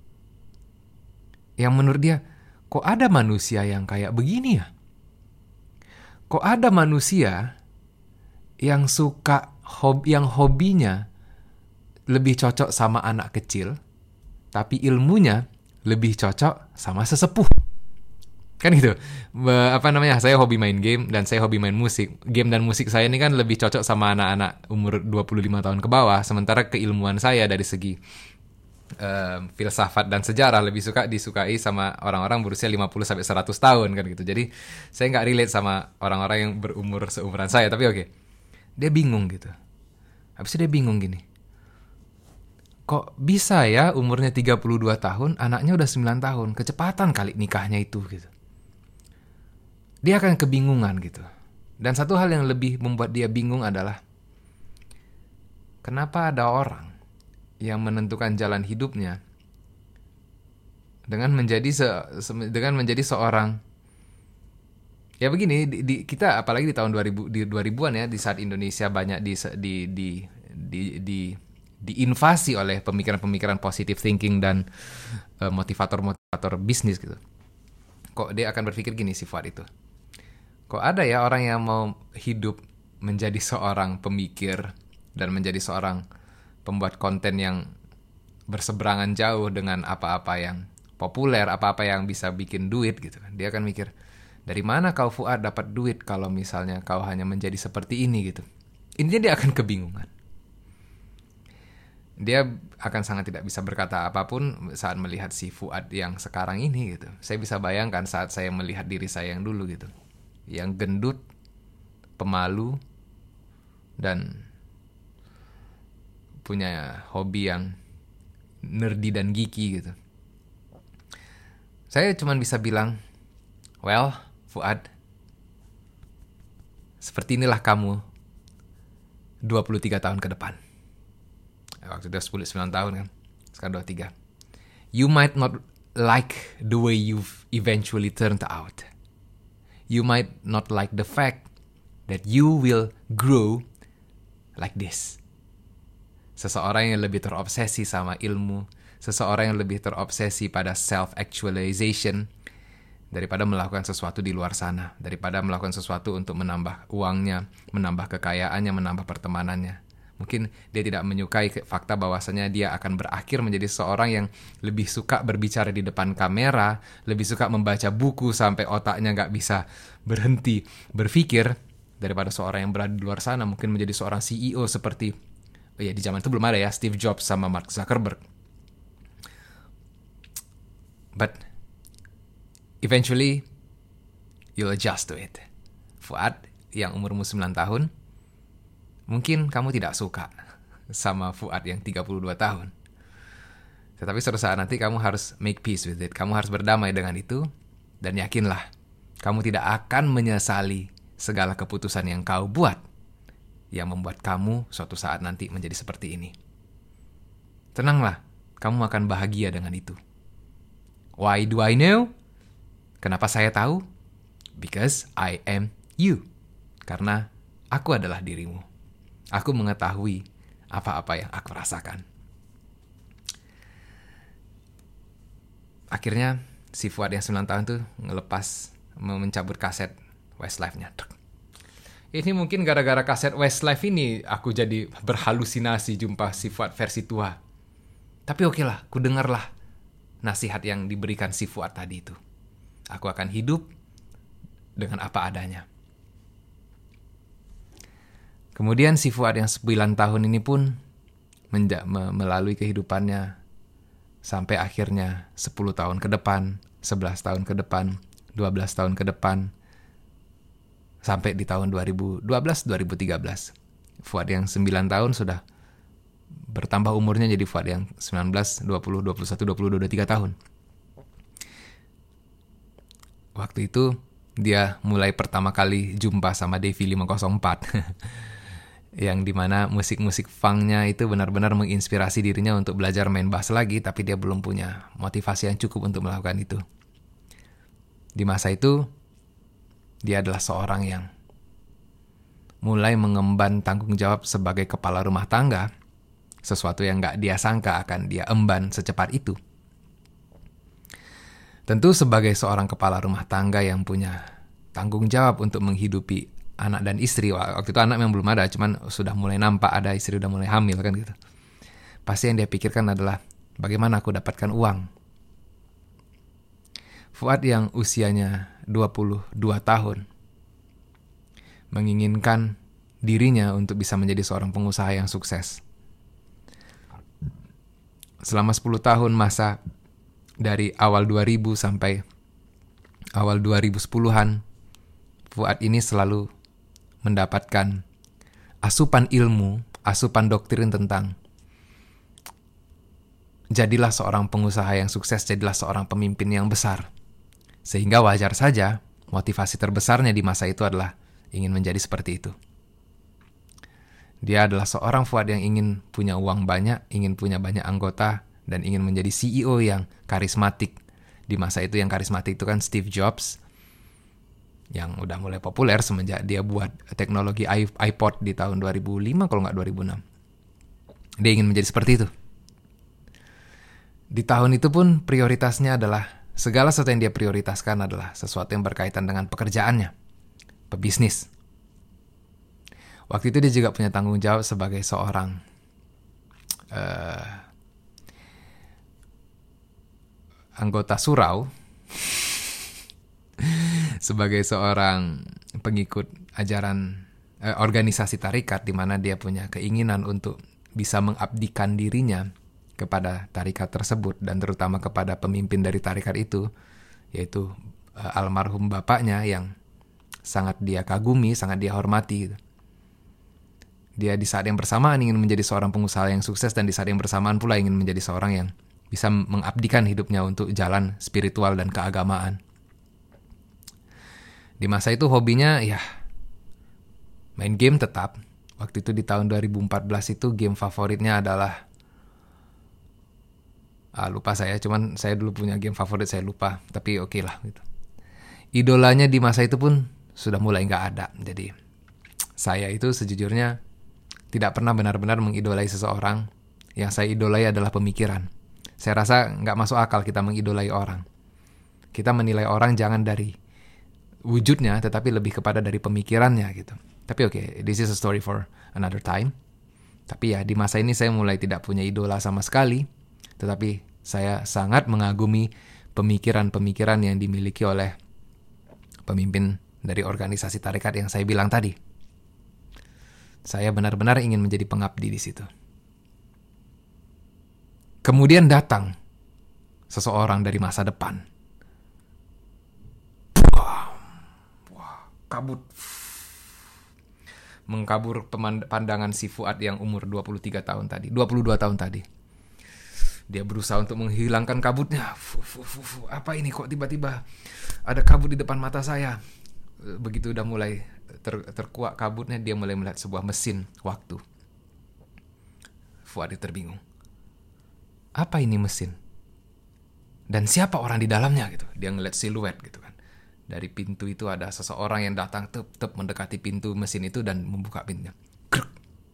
Yang menurut dia, kok ada manusia yang kayak begini ya? Kok ada manusia yang yang hobinya lebih cocok sama anak kecil, tapi ilmunya lebih cocok sama sesepuh. Kan gitu. Saya hobi main game dan saya hobi main musik. Game dan musik saya ini kan lebih cocok sama anak-anak umur 25 tahun ke bawah, sementara keilmuan saya dari segi filsafat dan sejarah lebih disukai sama orang-orang berusia 50 sampai 100 tahun kan gitu. Jadi saya nggak relate sama orang-orang yang berumur seumuran saya, tapi oke. Dia bingung gitu. Habis itu dia bingung gini. Kok bisa ya umurnya 32 tahun, anaknya udah 9 tahun, kecepatan kali nikahnya itu gitu. Dia akan kebingungan gitu. Dan satu hal yang lebih membuat dia bingung adalah kenapa ada orang yang menentukan jalan hidupnya dengan menjadi seorang, ya begini, kita apalagi di tahun 2000-an ya, di saat Indonesia banyak diinvasi oleh pemikiran-pemikiran positive thinking dan motivator-motivator bisnis gitu. Kok dia akan berpikir gini si Fuad itu? Kok ada ya orang yang mau hidup menjadi seorang pemikir dan menjadi seorang pembuat konten yang berseberangan jauh dengan apa-apa yang populer, apa-apa yang bisa bikin duit gitu kan. Dia akan mikir, dari mana kau Fuad dapat duit kalau misalnya kau hanya menjadi seperti ini gitu. Intinya dia akan kebingungan. Dia akan sangat tidak bisa berkata apapun saat melihat si Fuad yang sekarang ini gitu. Saya bisa bayangkan saat saya melihat diri saya yang dulu gitu. Yang gendut, pemalu, dan punya hobi yang nerdy dan geeky gitu. Saya cuma bisa bilang, well, Fuad, seperti inilah kamu 23 tahun ke depan. Waktu itu 9 tahun kan, sekarang 23. You might not like the way you've eventually turned out. You might not like the fact that you will grow like this. Seseorang yang lebih terobsesi sama ilmu, seseorang yang lebih terobsesi pada self-actualization daripada melakukan sesuatu di luar sana, daripada melakukan sesuatu untuk menambah uangnya, menambah kekayaannya, menambah pertemanannya. Mungkin dia tidak menyukai fakta bahwasanya dia akan berakhir menjadi seorang yang lebih suka berbicara di depan kamera, lebih suka membaca buku sampai otaknya nggak bisa berhenti berpikir, daripada seorang yang berada di luar sana mungkin menjadi seorang CEO seperti, di zaman itu belum ada ya, Steve Jobs sama Mark Zuckerberg. But eventually you'll adjust to it. Fuad yang umurmu 9 tahun, mungkin kamu tidak suka sama Fuad yang 32 tahun. Tetapi suatu saat nanti kamu harus make peace with it. Kamu harus berdamai dengan itu. Dan yakinlah, kamu tidak akan menyesali segala keputusan yang kau buat, yang membuat kamu suatu saat nanti menjadi seperti ini. Tenanglah, kamu akan bahagia dengan itu. Why do I know? Kenapa saya tahu? Because I am you. Karena aku adalah dirimu. Aku mengetahui apa-apa yang aku rasakan. Akhirnya si Fuad yang 9 tahun tuh mencabut kaset Westlife-nya. Ini mungkin gara-gara kaset Westlife ini aku jadi berhalusinasi jumpa si Fuad versi tua. Tapi oke lah, ku dengarlah nasihat yang diberikan si Fuad tadi itu. Aku akan hidup dengan apa adanya. Kemudian si Fuad yang 9 tahun ini pun melalui kehidupannya sampai akhirnya 10 tahun ke depan, 11 tahun ke depan, 12 tahun ke depan, sampai di tahun 2012-2013. Fuad yang 9 tahun sudah bertambah umurnya jadi Fuad yang 19, 20, 21, 22, 23 tahun. Waktu itu dia mulai pertama kali jumpa sama Devi 504. Yang dimana musik-musik funknya itu benar-benar menginspirasi dirinya untuk belajar main bass lagi, tapi dia belum punya motivasi yang cukup untuk melakukan itu. Di masa itu, dia adalah seorang yang mulai mengemban tanggung jawab sebagai kepala rumah tangga, sesuatu yang gak dia sangka akan dia emban secepat itu. Tentu sebagai seorang kepala rumah tangga yang punya tanggung jawab untuk menghidupi anak dan istri, waktu itu anak memang belum ada, cuman sudah mulai nampak ada istri udah mulai hamil kan gitu. Pasti yang dia pikirkan adalah bagaimana aku dapatkan uang. Fuad yang usianya 22 tahun menginginkan dirinya untuk bisa menjadi seorang pengusaha yang sukses. Selama 10 tahun masa dari awal 2000 sampai awal 2010-an, Fuad ini selalu mendapatkan asupan ilmu, asupan doktrin tentang jadilah seorang pengusaha yang sukses, jadilah seorang pemimpin yang besar. Sehingga wajar saja motivasi terbesarnya di masa itu adalah ingin menjadi seperti itu. Dia adalah seorang Fuad yang ingin punya uang banyak, ingin punya banyak anggota, dan ingin menjadi CEO yang karismatik. Di masa itu yang karismatik itu kan Steve Jobs, yang udah mulai populer semenjak dia buat teknologi iPod di tahun 2005 kalau nggak 2006. Dia ingin menjadi seperti itu. Di tahun itu pun prioritasnya adalah, segala sesuatu yang dia prioritaskan adalah sesuatu yang berkaitan dengan pekerjaannya, pebisnis. Waktu itu dia juga punya tanggung jawab sebagai seorang anggota surau, sebagai seorang pengikut ajaran organisasi tarikat, di mana dia punya keinginan untuk bisa mengabdikan dirinya kepada tarikat tersebut dan terutama kepada pemimpin dari tarikat itu, yaitu almarhum bapaknya yang sangat dia kagumi, sangat dia hormati. Dia di saat yang bersamaan ingin menjadi seorang pengusaha yang sukses, dan di saat yang bersamaan pula ingin menjadi seorang yang bisa mengabdikan hidupnya untuk jalan spiritual dan keagamaan. Di masa itu hobinya ya main game tetap. Waktu itu di tahun 2014 itu game favoritnya adalah lupa saya, cuman saya dulu punya game favorit, saya lupa, tapi oke lah gitu. Idolanya di masa itu pun sudah mulai nggak ada. Jadi saya itu sejujurnya tidak pernah benar-benar mengidolai seseorang. Yang saya idolai adalah pemikiran. Saya rasa nggak masuk akal kita mengidolai orang. Kita menilai orang jangan dari wujudnya, tetapi lebih kepada dari pemikirannya gitu. Tapi oke, this is a story for another time. Tapi ya di masa ini saya mulai tidak punya idola sama sekali, tetapi saya sangat mengagumi pemikiran-pemikiran yang dimiliki oleh pemimpin dari organisasi tarekat yang saya bilang tadi. Saya benar-benar ingin menjadi pengabdi di situ. Kemudian datang seseorang dari masa depan. Kabut. Mengkabur pandangan si Fuad yang umur 23 tahun tadi, 22 tahun tadi. Dia berusaha untuk menghilangkan kabutnya. Apa ini kok tiba-tiba ada kabut di depan mata saya? Begitu udah mulai terkuak kabutnya, dia mulai melihat sebuah mesin waktu. Fuad terbingung. Apa ini mesin? Dan siapa orang di dalamnya gitu? Dia ngeliat siluet gitu kan. Dari pintu itu ada seseorang yang datang tep mendekati pintu mesin itu dan membuka pintunya. Kruk.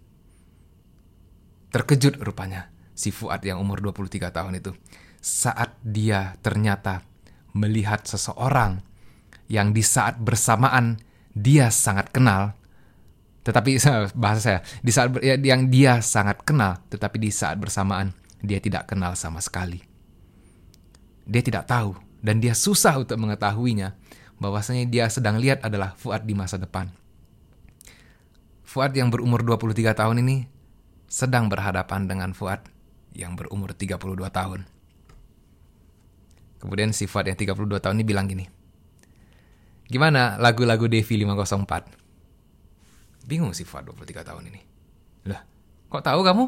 Terkejut rupanya si Fuad yang umur 23 tahun itu saat dia ternyata melihat seseorang yang di saat bersamaan dia sangat kenal, tetapi bahasa saya, di saat yang dia sangat kenal, tetapi di saat bersamaan dia tidak kenal sama sekali. Dia tidak tahu dan dia susah untuk mengetahuinya bahwasanya dia sedang lihat adalah Fuad di masa depan. Fuad yang berumur 23 tahun ini sedang berhadapan dengan Fuad yang berumur 32 tahun. Kemudian si Fuad yang 32 tahun ini bilang gini, "Gimana lagu-lagu Devi 504? Bingung si Fuad 23 tahun ini. Lah, kok tahu kamu?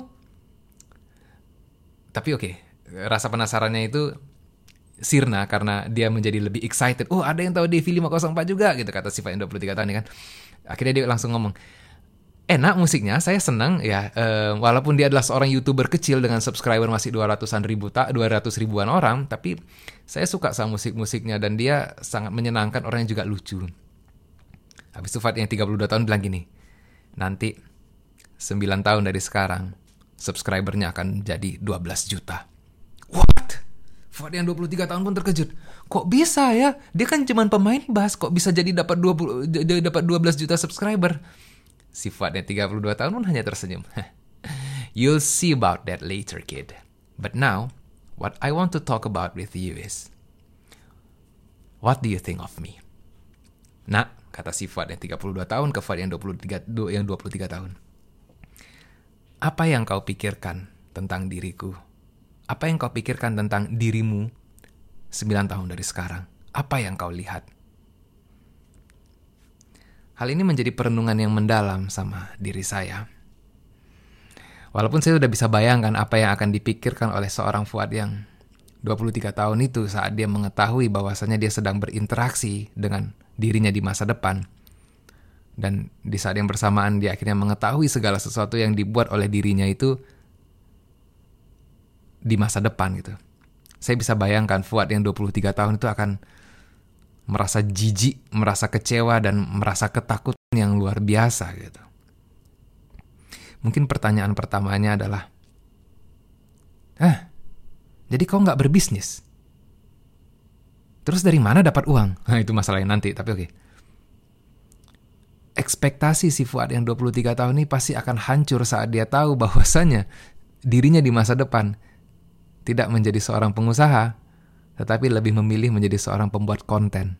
Tapi oke, rasa penasarannya itu sirna karena dia menjadi lebih excited. Oh, ada yang tahu Devi 504 juga gitu, kata si Fuad yang 23 tahun ini kan. Akhirnya dia langsung ngomong, enak musiknya, saya senang ya. Walaupun dia adalah seorang YouTuber kecil dengan subscriber masih 200 ribuan orang, tapi saya suka sama musik-musiknya dan dia sangat menyenangkan, orang yang juga lucu. Habis itu Fuad yang 32 tahun bilang gini, nanti 9 tahun dari sekarang subscribernya akan jadi 12 juta. What? Fuad yang 23 tahun pun terkejut. Kok bisa ya? Dia kan cuma pemain bass, kok bisa jadi dapat 12 juta subscriber? Si Fuad yang 32 tahun pun hanya tersenyum. You'll see about that later, kid. But now, what I want to talk about with you is, what do you think of me? Nah, kata si Fuad yang 32 tahun ke Fuad yang 23 tahun. Apa yang kau pikirkan tentang diriku? Apa yang kau pikirkan tentang dirimu 9 tahun dari sekarang? Apa yang kau lihat? Hal ini menjadi perenungan yang mendalam sama diri saya. Walaupun saya sudah bisa bayangkan apa yang akan dipikirkan oleh seorang Fuad yang 23 tahun itu saat dia mengetahui bahwasannya dia sedang berinteraksi dengan dirinya di masa depan. Dan di saat yang bersamaan dia akhirnya mengetahui segala sesuatu yang dibuat oleh dirinya itu di masa depan gitu. Saya bisa bayangkan Fuad yang 23 tahun itu akan merasa jijik, merasa kecewa, dan merasa ketakutan yang luar biasa gitu. Mungkin pertanyaan pertamanya adalah, jadi kau nggak berbisnis? Terus dari mana dapat uang? Nah, itu masalahnya nanti, tapi oke. Ekspektasi si Fuad yang 23 tahun ini pasti akan hancur saat dia tahu bahwasannya dirinya di masa depan tidak menjadi seorang pengusaha, tetapi lebih memilih menjadi seorang pembuat konten.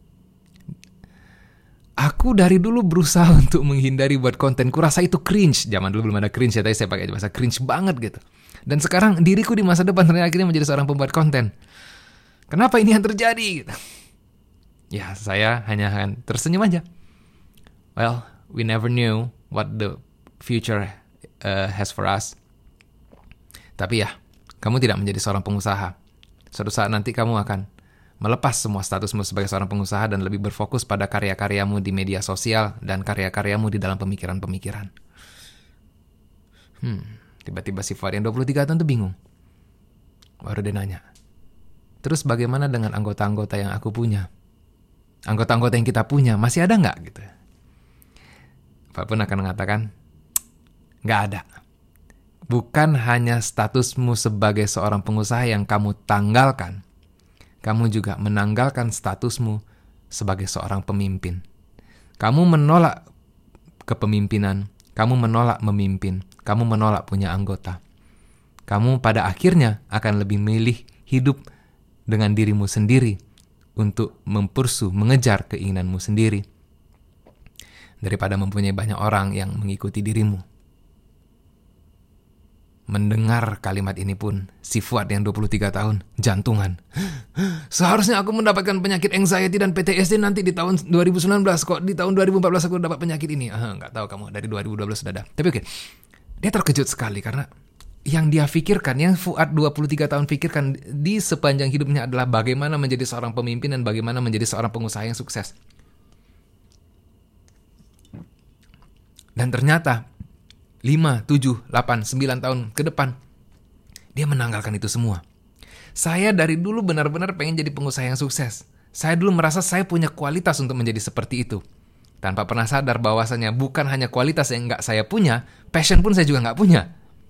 Aku dari dulu berusaha untuk menghindari buat konten. Kurasa itu cringe. Zaman dulu belum ada cringe ya, tapi saya pakai bahasa cringe banget gitu. Dan sekarang diriku di masa depan ternyata akhirnya menjadi seorang pembuat konten. Kenapa ini yang terjadi? Gitu. Ya, saya hanya akan tersenyum aja. Well, we never knew what the future has for us. Tapi ya, kamu tidak menjadi seorang pengusaha. Suatu saat nanti kamu akan melepas semua statusmu sebagai seorang pengusaha dan lebih berfokus pada karya-karyamu di media sosial dan karya-karyamu di dalam pemikiran-pemikiran. Tiba-tiba si Fuad yang 23 tahun itu bingung. Baru dia nanya, terus bagaimana dengan anggota-anggota yang aku punya? Anggota-anggota yang kita punya masih ada nggak? Gitu. Fuad pun akan mengatakan, nggak ada. Bukan hanya statusmu sebagai seorang pengusaha yang kamu tanggalkan, kamu juga menanggalkan statusmu sebagai seorang pemimpin. Kamu menolak kepemimpinan, kamu menolak memimpin, kamu menolak punya anggota. Kamu pada akhirnya akan lebih memilih hidup dengan dirimu sendiri untuk mengejar keinginanmu sendiri daripada mempunyai banyak orang yang mengikuti dirimu. Mendengar kalimat ini pun, si Fuad yang 23 tahun, jantungan. Seharusnya aku mendapatkan penyakit anxiety dan PTSD nanti di tahun 2019. Kok di tahun 2014 aku dapat penyakit ini? Nggak tahu kamu, dari 2012 sudah ada. Tapi oke, dia terkejut sekali karena yang dia pikirkan, yang Fuad 23 tahun pikirkan di sepanjang hidupnya adalah bagaimana menjadi seorang pemimpin dan bagaimana menjadi seorang pengusaha yang sukses. Dan ternyata 5, 7, 8, 9 tahun ke depan dia menanggalkan itu semua. Saya dari dulu benar-benar pengen jadi pengusaha yang sukses. Saya dulu merasa saya punya kualitas untuk menjadi seperti itu. Tanpa pernah sadar bahwasanya bukan hanya kualitas yang nggak saya punya, passion pun saya juga nggak punya.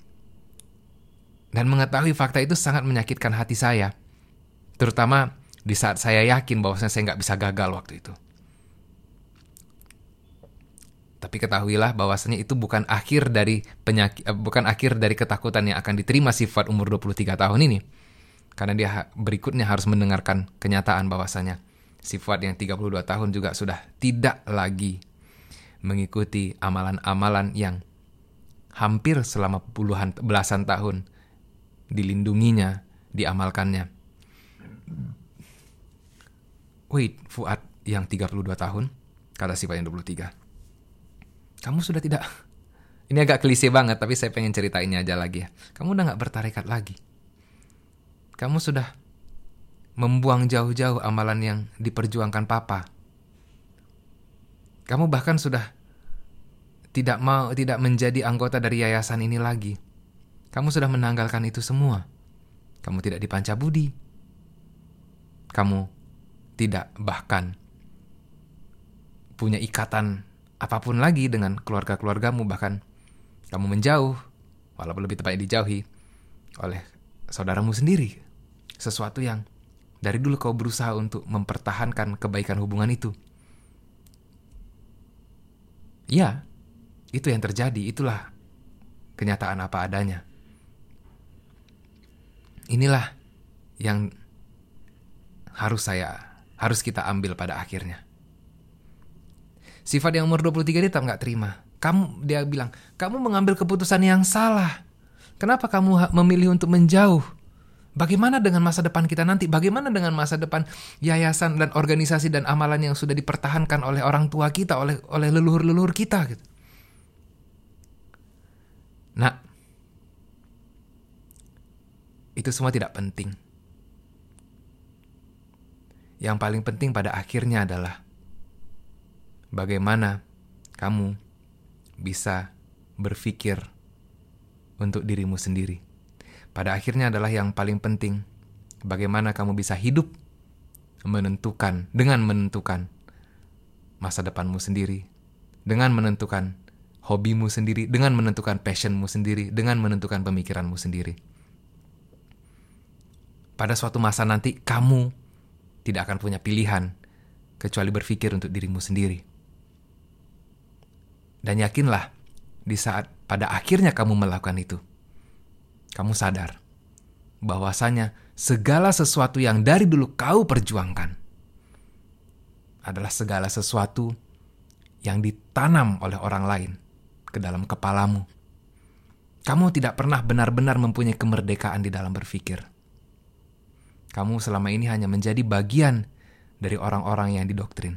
Dan mengetahui fakta itu sangat menyakitkan hati saya. Terutama di saat saya yakin bahwasanya saya nggak bisa gagal waktu itu. Tapi ketahuilah bahwasanya itu bukan akhir dari bukan akhir dari ketakutan yang akan diterima si Fuad umur 23 tahun ini. Karena dia berikutnya harus mendengarkan kenyataan bahwasanya si Fuad yang 32 tahun juga sudah tidak lagi mengikuti amalan-amalan yang hampir selama belasan tahun dilindunginya, diamalkannya. Wait, Fuad yang 32 tahun, kata si Fuad yang 23. Kamu sudah tidak... Ini agak klise banget, tapi saya pengen ceritainnya aja lagi ya. Kamu udah gak bertarekat lagi. Kamu sudah membuang jauh-jauh amalan yang diperjuangkan Papa. Kamu bahkan sudah tidak menjadi anggota dari yayasan ini lagi. Kamu sudah menanggalkan itu semua. Kamu tidak di Pancabudi. Kamu tidak bahkan punya ikatan apapun lagi dengan keluarga-keluargamu, bahkan kamu menjauh, walaupun lebih tepatnya dijauhi oleh saudaramu sendiri. Sesuatu yang dari dulu kau berusaha untuk mempertahankan kebaikan hubungan itu. Ya, itu yang terjadi, itulah kenyataan apa adanya. Inilah yang harus kita ambil pada akhirnya. Sifat yang umur 23 dia tetap gak terima. Dia bilang, kamu mengambil keputusan yang salah. Kenapa kamu memilih untuk menjauh? Bagaimana dengan masa depan kita nanti? Bagaimana dengan masa depan yayasan dan organisasi dan amalan yang sudah dipertahankan oleh orang tua kita, oleh leluhur-leluhur kita? Gitu. Nah, itu semua tidak penting. Yang paling penting pada akhirnya adalah bagaimana kamu bisa berpikir untuk dirimu sendiri. Pada akhirnya adalah yang paling penting, bagaimana kamu bisa hidup dengan menentukan masa depanmu sendiri, dengan menentukan hobimu sendiri, dengan menentukan passionmu sendiri, dengan menentukan pemikiranmu sendiri. Pada suatu masa nanti, kamu tidak akan punya pilihan kecuali berpikir untuk dirimu sendiri. Dan yakinlah, di saat pada akhirnya kamu melakukan itu, kamu sadar bahwasanya segala sesuatu yang dari dulu kau perjuangkan adalah segala sesuatu yang ditanam oleh orang lain ke dalam kepalamu. Kamu tidak pernah benar-benar mempunyai kemerdekaan di dalam berpikir. Kamu selama ini hanya menjadi bagian dari orang-orang yang didoktrin.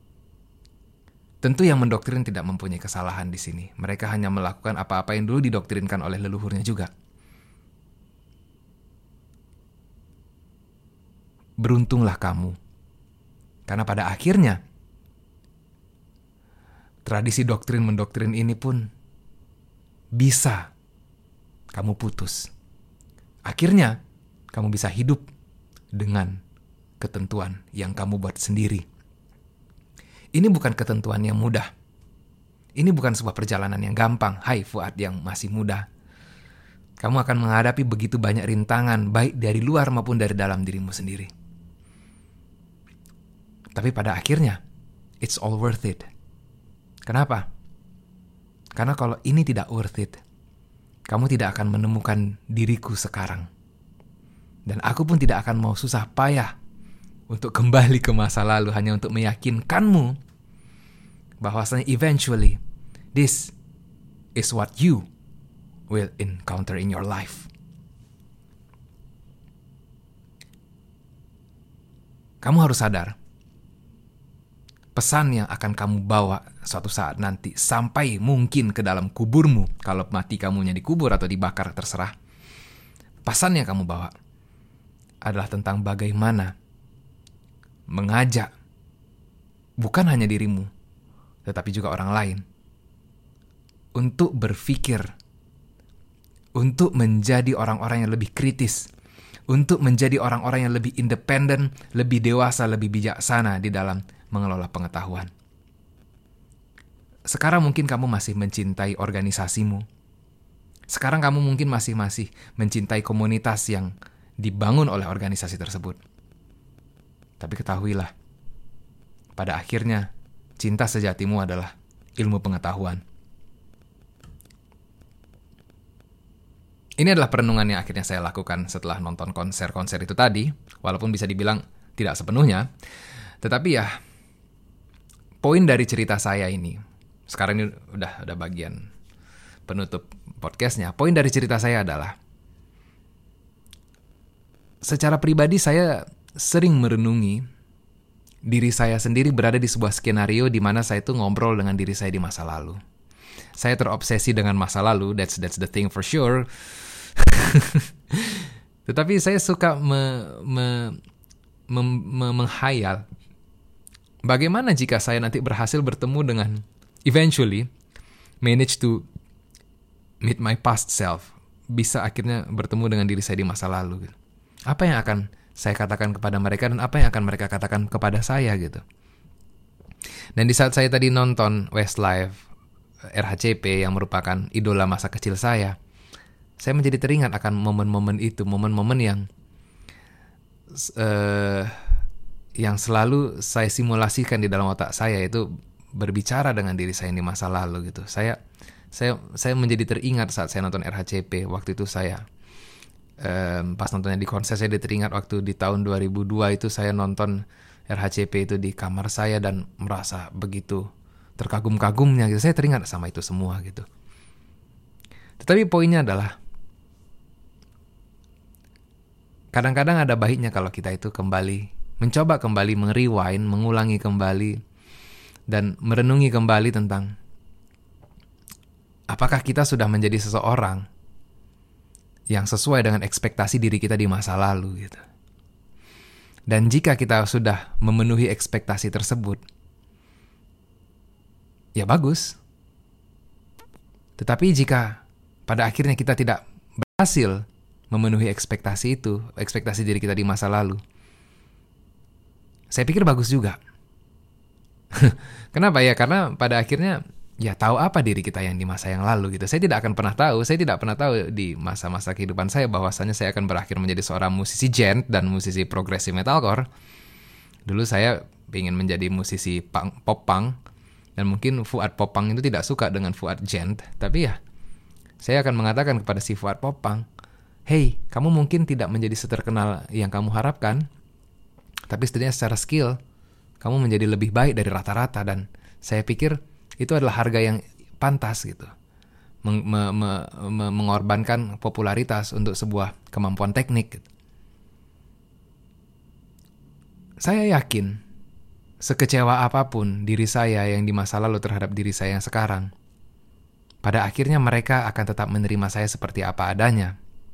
Tentu yang mendoktrin tidak mempunyai kesalahan di sini. Mereka hanya melakukan apa-apa yang dulu didoktrinkan oleh leluhurnya juga. Beruntunglah kamu. Karena pada akhirnya, tradisi doktrin-mendoktrin ini pun bisa kamu putus. Akhirnya, kamu bisa hidup dengan ketentuan yang kamu buat sendiri. Ini bukan ketentuan yang mudah. Ini bukan sebuah perjalanan yang gampang. Hai Fuad yang masih muda. Kamu akan menghadapi begitu banyak rintangan, baik dari luar maupun dari dalam dirimu sendiri. Tapi pada akhirnya, it's all worth it. Kenapa? Karena kalau ini tidak worth it, kamu tidak akan menemukan diriku sekarang. Dan aku pun tidak akan mau susah payah untuk kembali ke masa lalu hanya untuk meyakinkanmu bahwasanya eventually this is what you will encounter in your life. Kamu harus sadar, pesan yang akan kamu bawa suatu saat nanti sampai mungkin ke dalam kuburmu, kalau mati kamunya dikubur atau dibakar terserah. Pesan yang kamu bawa adalah tentang bagaimana mengajak bukan hanya dirimu, tetapi juga orang lain untuk berpikir, untuk menjadi orang-orang yang lebih kritis, untuk menjadi orang-orang yang lebih independen, lebih dewasa, lebih bijaksana di dalam mengelola pengetahuan. Sekarang mungkin kamu masih mencintai organisasimu. Sekarang kamu mungkin masih mencintai komunitas yang dibangun oleh organisasi tersebut. Tapi ketahuilah, pada akhirnya cinta sejatimu adalah ilmu pengetahuan. Ini adalah perenungan yang akhirnya saya lakukan setelah nonton konser-konser itu tadi, walaupun bisa dibilang tidak sepenuhnya. Tetapi ya, poin dari cerita saya ini, sekarang ini udah bagian penutup podcastnya. Poin dari cerita saya adalah, secara pribadi saya sering merenungi diri saya sendiri berada di sebuah skenario di mana saya itu ngobrol dengan diri saya di masa lalu. Saya terobsesi dengan masa lalu, that's the thing for sure. Tetapi saya suka menghayal bagaimana jika saya nanti berhasil bertemu dengan, eventually manage to meet my past self, bisa akhirnya bertemu dengan diri saya di masa lalu gitu. Apa yang akan saya katakan kepada mereka dan apa yang akan mereka katakan kepada saya gitu. Dan di saat saya tadi nonton Westlife RHCP yang merupakan idola masa kecil saya menjadi teringat akan momen-momen itu, momen-momen yang selalu saya simulasikan di dalam otak saya, itu berbicara dengan diri saya di masa lalu gitu. Saya menjadi teringat saat saya nonton RHCP waktu itu. Saya pas nontonnya di konser, saya teringat waktu di tahun 2002 itu saya nonton RHCP itu di kamar saya dan merasa begitu terkagum-kagumnya gitu. Saya teringat sama itu semua gitu. Tetapi poinnya adalah, kadang-kadang ada baiknya kalau kita itu mencoba kembali merewind, mengulangi kembali, dan merenungi kembali tentang apakah kita sudah menjadi seseorang yang sesuai dengan ekspektasi diri kita di masa lalu gitu. Dan jika kita sudah memenuhi ekspektasi tersebut, ya bagus. Tetapi jika pada akhirnya kita tidak berhasil memenuhi ekspektasi itu, ekspektasi diri kita di masa lalu, saya pikir bagus juga. Kenapa ya? Karena pada akhirnya ya tahu apa diri kita yang di masa yang lalu gitu. Saya tidak pernah tahu di masa-masa kehidupan saya bahwasanya saya akan berakhir menjadi seorang musisi gent dan musisi progressive metalcore. Dulu saya ingin menjadi musisi pop punk, dan mungkin Fuad Popang itu tidak suka dengan Fuad gent, tapi ya saya akan mengatakan kepada si Fuad Popang, hey, kamu mungkin tidak menjadi seterkenal yang kamu harapkan, tapi setidaknya secara skill kamu menjadi lebih baik dari rata-rata, dan saya pikir itu adalah harga yang pantas gitu. Mengorbankan popularitas untuk sebuah kemampuan teknik. Saya yakin sekecewa apapun diri saya yang di masa lalu terhadap diri saya yang sekarang, pada akhirnya mereka akan tetap menerima saya seperti apa adanya.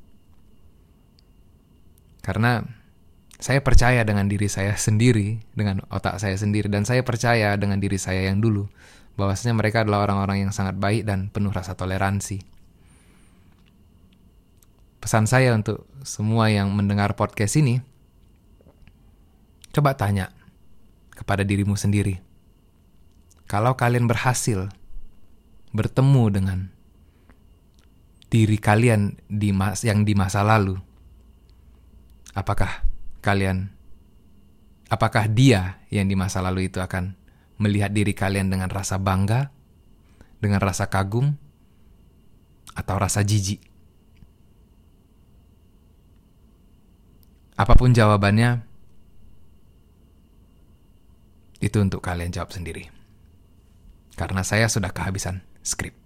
Karena saya percaya dengan diri saya sendiri, dengan otak saya sendiri, dan saya percaya dengan diri saya yang dulu, bahwasanya mereka adalah orang-orang yang sangat baik dan penuh rasa toleransi. Pesan saya untuk semua yang mendengar podcast ini, coba tanya kepada dirimu sendiri. Kalau kalian berhasil bertemu dengan diri kalian yang di masa lalu, apakah dia yang di masa lalu itu akan melihat diri kalian dengan rasa bangga, dengan rasa kagum, atau rasa jijik? Apapun jawabannya, itu untuk kalian jawab sendiri. Karena saya sudah kehabisan skrip.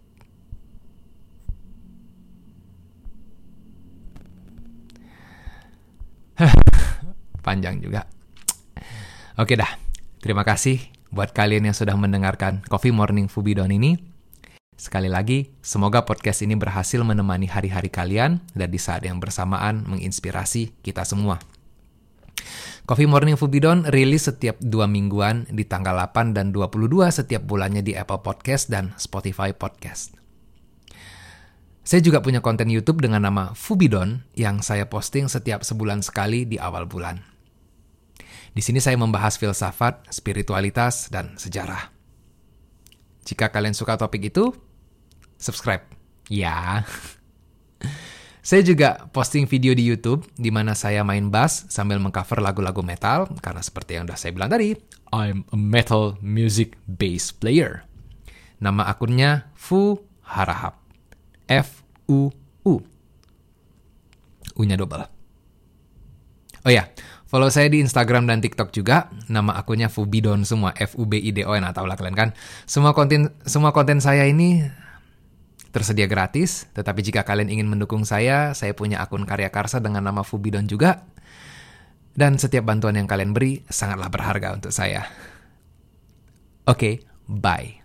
Panjang juga. Oke dah, terima kasih buat kalian yang sudah mendengarkan Coffee Morning Fubidon ini. Sekali lagi, semoga podcast ini berhasil menemani hari-hari kalian dan di saat yang bersamaan menginspirasi kita semua. Coffee Morning Fubidon rilis setiap 2 mingguan di tanggal 8 dan 22 setiap bulannya di Apple Podcast dan Spotify Podcast. Saya juga punya konten YouTube dengan nama Fubidon yang saya posting setiap sebulan sekali di awal bulan. Di sini saya membahas filsafat, spiritualitas, dan sejarah. Jika kalian suka topik itu, subscribe. Ya. Saya juga posting video di YouTube di mana saya main bass sambil mengcover lagu-lagu metal, karena seperti yang udah saya bilang tadi, I'm a metal music bass player. Nama akunnya Fu Harahap. F-U-U. U-nya double. Oh ya, follow saya di Instagram dan TikTok juga. Nama akunnya Fubidon semua. F-U-B-I-D-O-N. Tahu lah kalian kan. Semua konten saya ini tersedia gratis. Tetapi jika kalian ingin mendukung saya punya akun Karya Karsa dengan nama Fubidon juga. Dan setiap bantuan yang kalian beri sangatlah berharga untuk saya. Oke, bye.